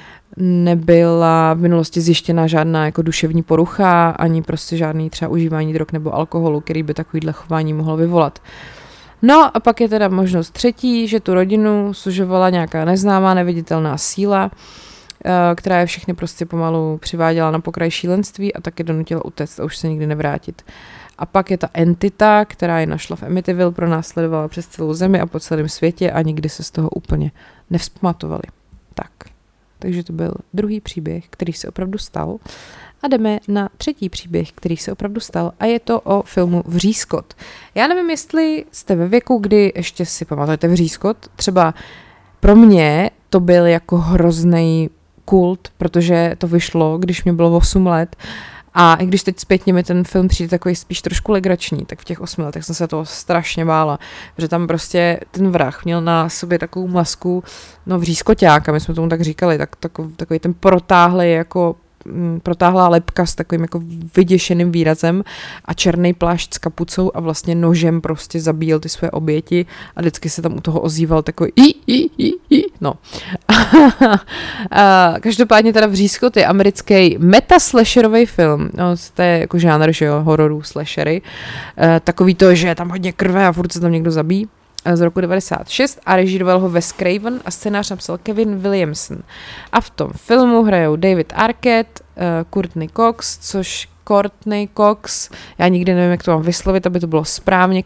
nebyla v minulosti zjištěna žádná jako duševní porucha, ani prostě žádný třeba užívání drog nebo alkoholu, který by takovýhle chování mohlo vyvolat. No a pak je teda možnost 3, že tu rodinu sužovala nějaká neznámá neviditelná síla, která je všechny prostě pomalu přiváděla na pokraj šílenství a taky donutila utéct a už se nikdy nevrátit. A pak je ta entita, která je našla v Amityville, pronásledovala přes celou zemi a po celém světě a nikdy se z toho úplně nevzpamatovali. Takže to byl druhý příběh, který se opravdu stal. A jdeme na 3. příběh, který se opravdu stal a je to o filmu Vřískot. Já nevím, jestli jste ve věku, kdy ještě si pamatujete Vřískot. Třeba pro mě to byl jako hrozný kult, protože to vyšlo, když mě bylo 8 let. A i když teď zpětně mi ten film přijde takový spíš trošku legrační, tak v těch 8 letech jsem se toho strašně bála, protože tam prostě ten vrah měl na sobě takovou masku, vřískoťáka, my jsme tomu tak říkali, takový ten protáhlá lebka s takovým jako vyděšeným výrazem a černý plášť s kapucou a vlastně nožem prostě zabíjel ty své oběti a vždycky se tam u toho ozýval takový no. Každopádně teda Vřískot je americký meta-slasherový film, to je jako žánr, že jo, hororů, slashery, takový to, že je tam hodně krve a furt se tam někdo zabíjí, z roku 96 a režíroval ho Wes Craven a scénář napsal Kevin Williamson. A v tom filmu hrajou David Arquette, Courtney Cox, já nikdy nevím, jak to mám vyslovit, aby to bylo správně,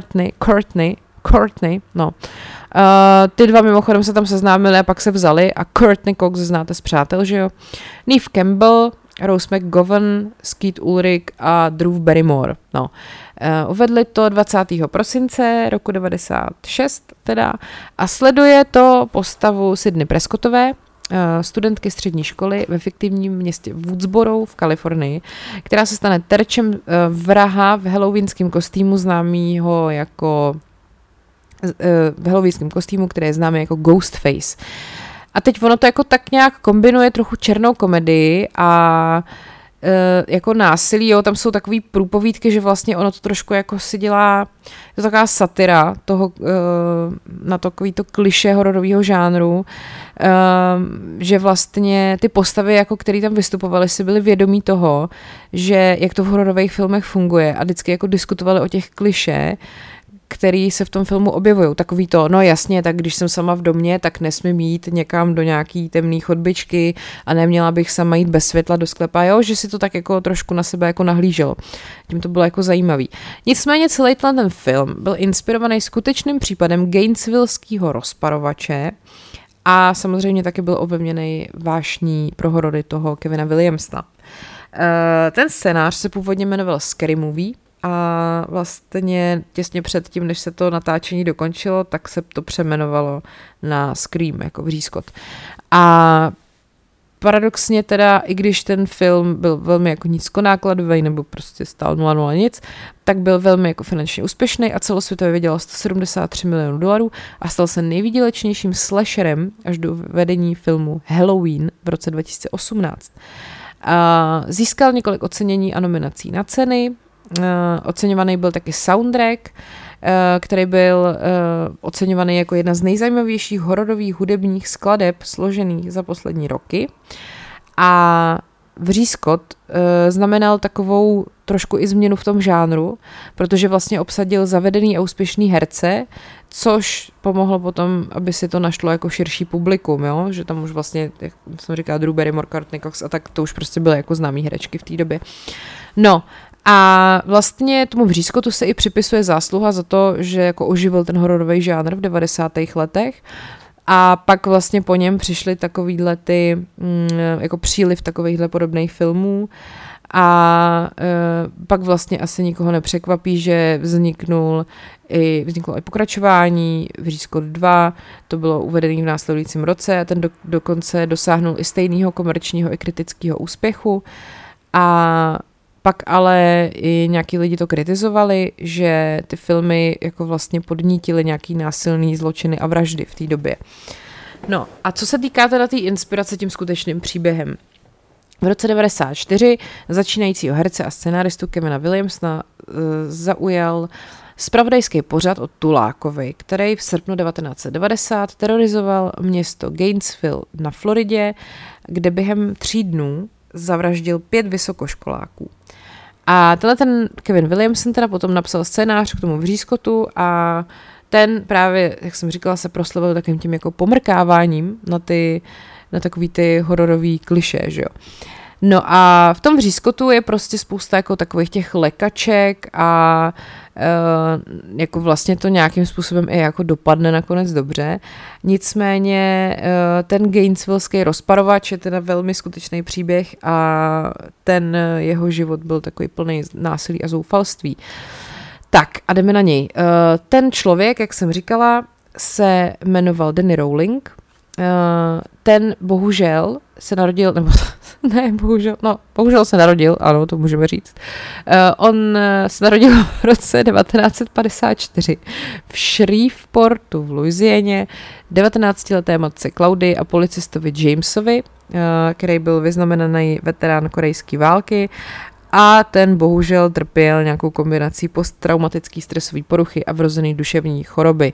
Courtney, no. Ty dva mimochodem se tam seznámili a pak se vzali a Courtney Cox znáte z Přátel, že jo? Neve Campbell, Rose McGowan, Skeet Ulrich a Drew Barrymore, no. Uvedli to 20. prosince roku 96 teda a sleduje to postavu Sydney Prescottové, studentky střední školy ve fiktivním městě Woodsboro v Kalifornii, která se stane terčem vraha v halloweenském kostýmu známýho jako v halloweenském kostýmu, který je známý jako Ghostface. A teď ono to jako tak nějak kombinuje trochu černou komedii a jako násilí, jo, tam jsou takový průpovídky, že vlastně ono to trošku jako si dělá, je to taková satira toho, na takový to klišé hororového žánru, že vlastně ty postavy, jako který tam vystupovaly, si byly vědomí toho, že jak to v hororových filmech funguje a vždycky jako diskutovali o těch klišé, který se v tom filmu objevují. Takový to, no jasně, tak když jsem sama v domě, tak nesmím jít někam do nějaký temný chodbičky a neměla bych sama jít bez světla do sklepa, jo, že si to tak jako trošku na sebe jako nahlíželo. Tím to bylo jako zajímavý. Nicméně celý ten film byl inspirovaný skutečným případem Gainesvilleského rozparovače a samozřejmě taky byl ovlivněný vášní pro horory toho Kevina Williamsona. Ten scénář se původně jmenoval Scary Movie, a vlastně těsně před tím, než se to natáčení dokončilo, tak se to přeměnovalo na Scream, jako Vřískot. A paradoxně teda, i když ten film byl velmi jako nízkonákladový, nebo prostě stál 0,0 nic, tak byl velmi jako finančně úspěšný a celosvětově vydělal $173 milionů a stal se nejvýdělečnějším slasherem až do vedení filmu Halloween v roce 2018. A získal několik ocenění a nominací na ceny. Oceňovaný byl taky soundtrack, který byl oceňovaný jako jedna z nejzajímavějších hororových hudebních skladeb složených za poslední roky. A Vřískot znamenal takovou trošku i změnu v tom žánru, protože vlastně obsadil zavedený a úspěšný herce, což pomohlo potom, aby si to našlo jako širší publikum, jo? Že tam už vlastně, jak jsem říkala, Drew Barrymore, Courtney Cox a tak to už prostě byly jako známý herečky v té době. No, a vlastně tomu Vřískotu se i připisuje zásluha za to, že jako oživil ten hororový žánr v 90. letech A pak vlastně po něm přišly takovýhle ty, jako příliv takovýchhle podobných filmů a pak vlastně asi nikoho nepřekvapí, že vzniklo i pokračování, Vřízko 2, to bylo uvedené v následujícím roce a ten dokonce dosáhnul i stejného komerčního i kritického úspěchu a pak ale i nějaký lidi to kritizovali, že ty filmy jako vlastně podnítily nějaký násilný zločiny a vraždy v té době. No a co se týká teda té inspirace tím skutečným příběhem. V roce 1994 začínajícího herce a scenáristu Kevina Williamsona zaujal zpravodajský pořad o Tulákovi, který v srpnu 1990 terorizoval město Gainesville na Floridě, kde během 3 dnů zavraždil 5 vysokoškoláků. A ten Kevin Williamson teda potom napsal scénář k tomu Vřízkotu a ten právě, jak jsem říkala, se proslavil takým tím jako pomrkáváním na takový ty hororový klišé, že jo. No a v tom Vřízkotu je prostě spousta jako takových těch lekaček a jako vlastně to nějakým způsobem i jako dopadne nakonec dobře. Nicméně ten Gainesvilleský rozparovač je teda velmi skutečný příběh a ten jeho život byl takový plný násilí a zoufalství. Tak a jdeme na něj. Ten člověk, jak jsem říkala, se jmenoval Danny Rowling. Ten bohužel se narodil, nebo ne, bohužel se narodil, ano, to můžeme říct. On se narodil v roce 1954 v Shreveportu v Louisianě 19leté matce Claudii a policistovi Jamesovi, který byl vyznamenaný veterán korejské války a ten bohužel trpěl nějakou kombinací posttraumatické stresové poruchy a vrozené duševní choroby.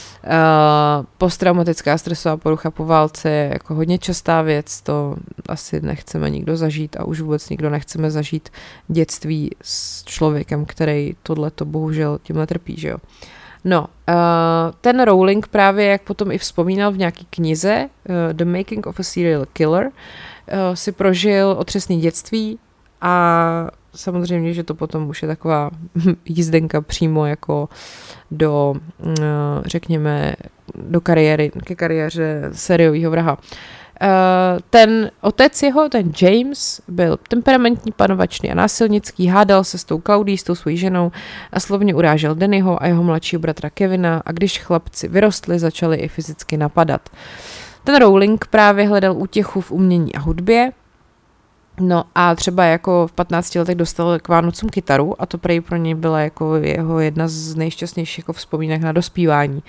Posttraumatická stresová porucha po válce je jako hodně častá věc, to asi nechceme nikdo zažít a už vůbec nikdo nechceme zažít dětství s člověkem, který tohleto bohužel tímhle trpí, že jo. No, ten Rowling právě, jak potom i vzpomínal v nějaký knize The Making of a Serial Killer, si prožil otřesný dětství a samozřejmě, že to potom už je taková jízdenka přímo jako do, řekněme, ke kariéře sériového vraha. Ten otec jeho, ten James, byl temperamentní, panovačný a násilnický, hádal se s tou Claudí, s tou svojí ženou a slovně urážel Dannyho a jeho mladšího bratra Kevina a když chlapci vyrostli, začali i fyzicky napadat. Ten Rowling právě hledal útěchu v umění a hudbě. No a třeba jako v 15 letech dostal k Vánocům kytaru a to prej pro něj byla jako jeho jedna z nejšťastnějších jako vzpomínek na dospívání.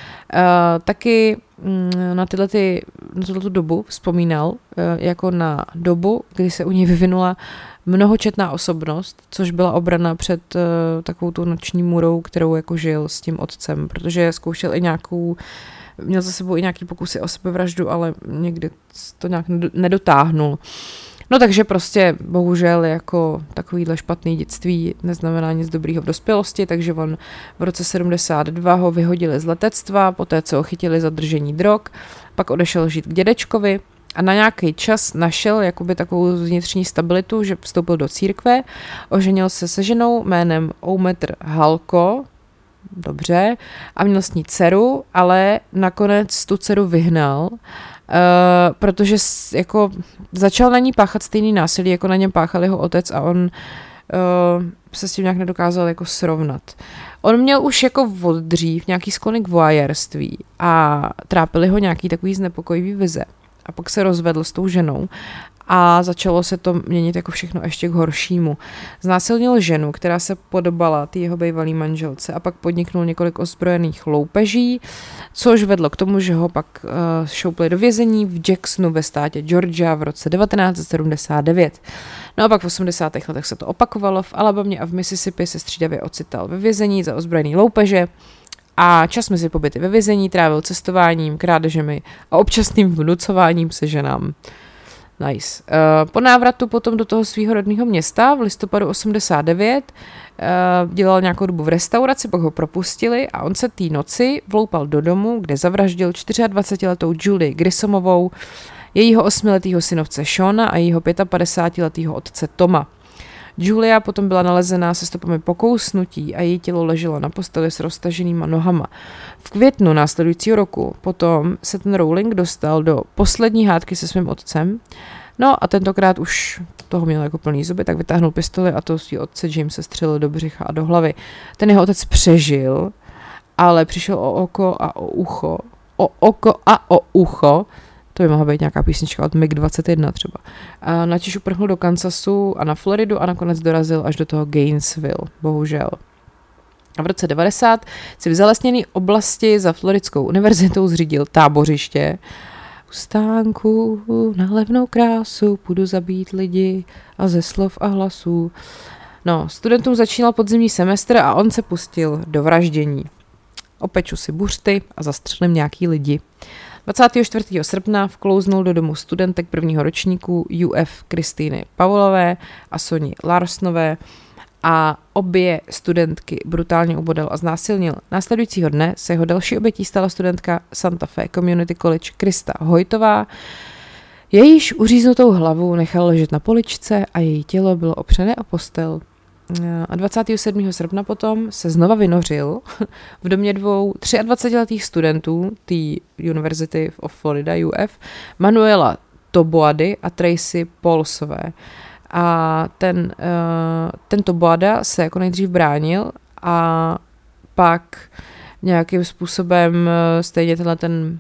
Taky na tuto dobu vzpomínal jako na dobu, kdy se u něj vyvinula mnohočetná osobnost, což byla obrana před takovou tu noční můrou, kterou jako žil s tím otcem, protože zkoušel i měl za sebou i nějaký pokusy o sebevraždu, ale někdy to nějak nedotáhnul. No takže prostě bohužel jako takovýhle špatný dětství neznamená nic dobrýho v dospělosti, takže on v roce 72 ho vyhodili z letectva, poté co ho chytili za držení drog, pak odešel žít k dědečkovi a na nějaký čas našel jakoby takovou vnitřní stabilitu, že vstoupil do církve, oženil se se ženou jménem Oumetr Halko, dobře, a měl s ní dceru, ale nakonec tu dceru vyhnal, protože jako začal na ní páchat stejný násilí, jako na něm páchal jeho otec a on se s tím nějak nedokázal jako srovnat. On měl už jako od dřív nějaký sklony k voyeurství a trápily ho nějaký takový znepokojivý vize. A pak se rozvedl s tou ženou a začalo se to měnit jako všechno ještě k horšímu. Znásilnil ženu, která se podobala té jeho bývalý manželce a pak podniknul několik ozbrojených loupeží, což vedlo k tomu, že ho pak šoupli do vězení v Jacksonu ve státě Georgia v roce 1979. No a pak v 80. letech se to opakovalo, v Alabamě a v Mississippi se střídavě ocital ve vězení za ozbrojený loupeže a čas mezi pobyty ve vězení trávil cestováním, krádežemi a občasným vnucováním se ženám. Nice. Po návratu potom do toho svého rodného města v listopadu 89 dělal nějakou dobu v restauraci, pak ho propustili a on se té noci vloupal do domu, kde zavraždil 24letou Julie Grissomovou, jejího 8letého synovce Shona a jejího 55letého otce Toma. Julia potom byla nalezená se stopami pokousnutí a její tělo leželo na posteli s roztaženýma nohama. V květnu následujícího roku potom se ten Rowling dostal do poslední hádky se svým otcem. No a tentokrát už toho měl jako plný zuby, tak vytáhnul pistoli a to svý otce Jamese střelil do břicha a do hlavy. Ten jeho otec přežil, ale přišel o oko a o ucho. O oko a o ucho. To by mohla být nějaká písnička od MiG-21 třeba. A načež uprchl do Kansasu a na Floridu a nakonec dorazil až do toho Gainesville, bohužel. A v roce 90 si v zalesněné oblasti za Floridskou univerzitou zřídil tábořiště. U stánku na levnou krásu půjdu zabít lidi a ze slov a hlasů. No, studentům začínal podzimní semestr a on se pustil do vraždění. Opeču si buřty a zastřelím nějaký lidi. 24. srpna vklouznul do domu studentek prvního ročníku UF Kristýny Pavlové a Soni Larsonové a obě studentky brutálně ubodal a znásilnil. Následujícího dne se jeho další obětí stala studentka Santa Fe Community College Krista Hojtová. Jejíž uříznutou hlavu nechal ležet na poličce a její tělo bylo opřené o postel. A 27. srpna potom se znova vynořil v domě dvou 23letých studentů té University of Florida UF, Manuela Toboady a Tracy Paulsové. A ten Toboada se jako nejdřív bránil a pak nějakým způsobem stejně ten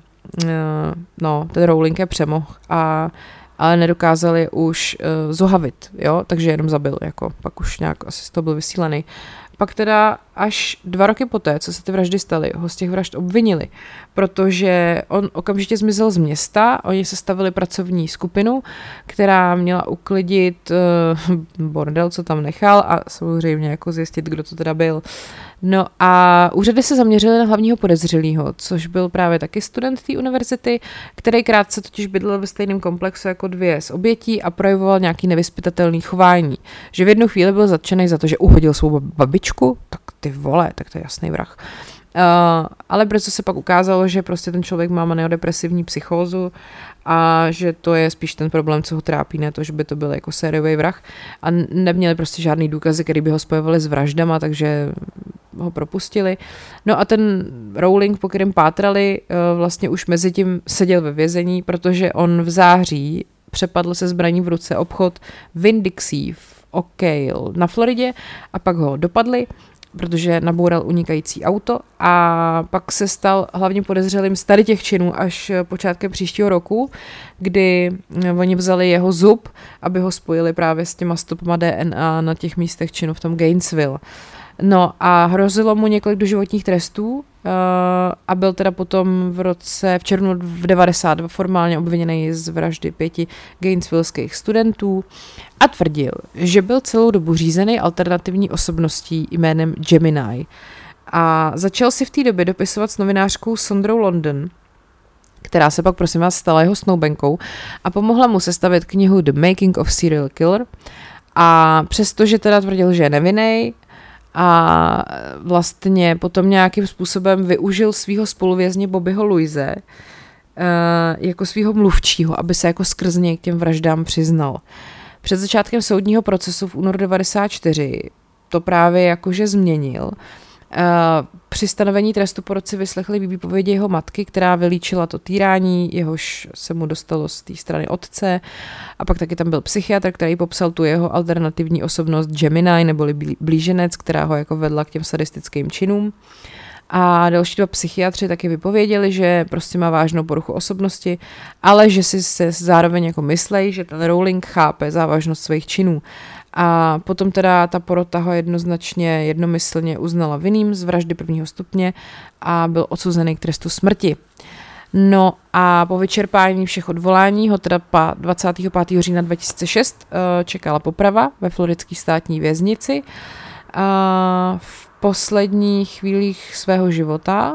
Rowling je přemohl ale nedokázali už zohavit, jo, takže jenom zabil, jako pak už nějak asi z toho byl vysílený. Pak teda až 2 roky poté, co se ty vraždy staly, ho z těch vražd obvinili, protože on okamžitě zmizel z města, oni sestavili pracovní skupinu, která měla uklidit bordel, co tam nechal a samozřejmě jako zjistit, kdo to teda byl. No a úřady se zaměřily na hlavního podezřelého, což byl právě taky student té univerzity, který krátce totiž bydlel ve stejném komplexu jako 2 z obětí a projevoval nějaký nevyzpytatelný chování. Že v jednu chvíli byl zatčený za to, že uhodil svou babičku, tak ty vole, tak to je jasný vrah. Ale brzo se pak ukázalo, že prostě ten člověk má maniodepresivní psychózu a že to je spíš ten problém, co ho trápí, ne to, že by to byl jako sériový vrah a neměli prostě žádný důkazy, který by ho spojovali s vraždama, takže ho propustili. No a ten Rowling, po kterém pátrali, vlastně už mezi tím seděl ve vězení, protože on v září přepadl se zbraní v ruce obchod Winn-Dixie v Ocala na Floridě a pak ho dopadli, protože naboural unikající auto a pak se stal hlavně podezřelým z tady těch činů až počátkem příštího roku, kdy oni vzali jeho zub, aby ho spojili právě s těma stopama DNA na těch místech činu v tom Gainesville. No a hrozilo mu několik doživotních trestů a byl teda potom v červnu v 92 formálně obviněný z vraždy 5 gainesvilleských studentů a tvrdil, že byl celou dobu řízený alternativní osobností jménem Gemini. A začal si v té době dopisovat s novinářkou Sondrou London, která se pak prosím vás stala jeho snoubenkou a pomohla mu sestavit knihu The Making of Serial Killer. A přestože teda tvrdil, že je nevinnej, a vlastně potom nějakým způsobem využil svého spoluvězně Bobbyho Louise jako svého mluvčího, aby se jako skrz něj k těm vraždám přiznal. Před začátkem soudního procesu v únoru 94 to právě jakože změnil. Při stanovení trestu porotci vyslechli výpovědi jeho matky, která vylíčila to týrání, jehož se mu dostalo z té strany otce a pak taky tam byl psychiatr, který popsal tu jeho alternativní osobnost Gemini neboli blíženec, která ho jako vedla k těm sadistickým činům. A další 2 psychiatři taky vypověděli, že prostě má vážnou poruchu osobnosti, ale že si se zároveň jako myslej, že ten Rowling chápe závažnost svých činů. A potom teda ta porota ho jednoznačně jednomyslně uznala vinným z vraždy 1. stupně a byl odsouzený k trestu smrti. No a po vyčerpání všech odvolání ho teda 25. října 2006 čekala poprava ve floridské státní věznici. A v posledních chvílích svého života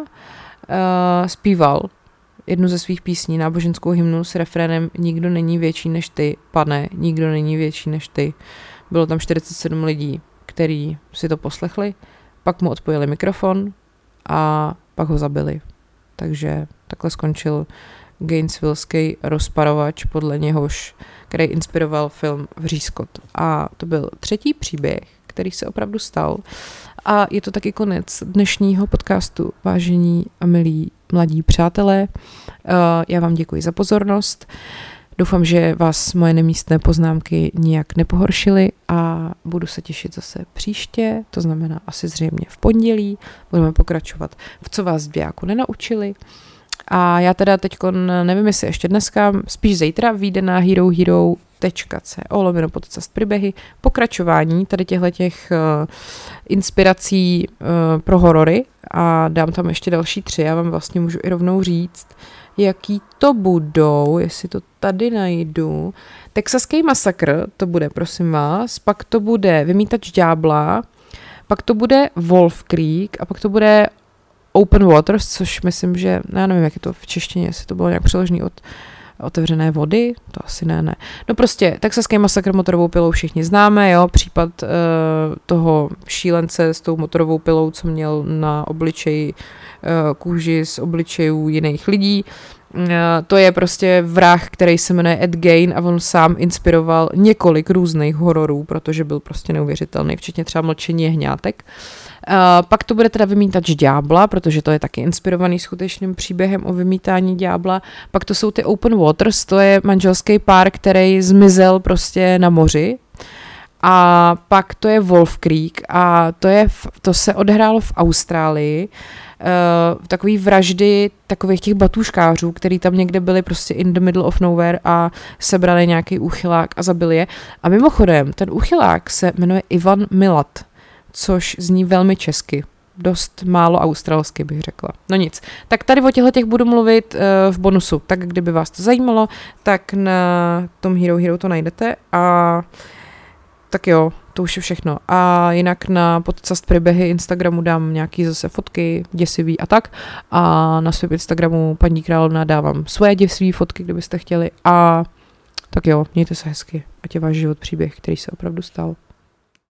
zpíval jednu ze svých písní, náboženskou hymnu s refrénem Nikdo není větší než ty, pane, nikdo není větší než ty. Bylo tam 47 lidí, kteří si to poslechli, pak mu odpojili mikrofon a pak ho zabili. Takže takhle skončil gainesvilleský rozparovač, podle něhož, který inspiroval film Vřískot. A to byl 3. příběh, který se opravdu stal. A je to taky konec dnešního podcastu, vážení a milí mladí přátelé. Já vám děkuji za pozornost. Doufám, že vás moje nemístné poznámky nijak nepohoršily a budu se těšit zase příště, to znamená asi zřejmě v pondělí. Budeme pokračovat v Co vás dvějáku nenaučili. A já teda teďko nevím, jestli ještě dneska, spíš zítra vyjde na herohero.co/podcast příběhy pokračování tady těchto inspirací pro horory a dám tam ještě další 3. Já vám vlastně můžu i rovnou říct, jaký to budou, jestli to tady najdu. Texaský masakr, to bude, prosím vás, pak to bude Vymítač ďábla, pak to bude Wolf Creek a pak to bude Open Waters, což myslím, že, já nevím, jak je to v češtině, jestli to bylo nějak přeložený od otevřené vody, to asi ne. No prostě, texaský masakr motorovou pilou všichni známe, jo, případ toho šílence s tou motorovou pilou, co měl na obličeji kůži z obličejů jiných lidí. To je prostě vrah, který se jmenuje Ed Gein a on sám inspiroval několik různých hororů, protože byl prostě neuvěřitelný, včetně třeba Mlčení jehňátek. Pak to bude teda Vymítač ďábla, protože to je taky inspirovaný skutečným příběhem o vymítání ďábla. Pak to jsou ty Open Waters, to je manželský pár, který zmizel prostě na moři. A pak to je Wolf Creek a to se odehrálo v Austrálii. Takový vraždy takových těch batůžkářů, který tam někde byli prostě in the middle of nowhere a sebrali nějaký úchylák a zabili je. A mimochodem, ten úchylák se jmenuje Ivan Milat, což zní velmi česky. Dost málo australsky, bych řekla. No nic. Tak tady o těchto budu mluvit v bonusu. Tak kdyby vás to zajímalo, tak na tom Hero to najdete a tak jo, to už je všechno. A jinak na podcast příběhy Instagramu dám nějaký zase fotky, děsivý a tak. A na svém Instagramu paní Královna dávám svoje děsivý fotky, kdybyste chtěli. A tak jo, mějte se hezky. Ať je váš život příběh, který se opravdu stal.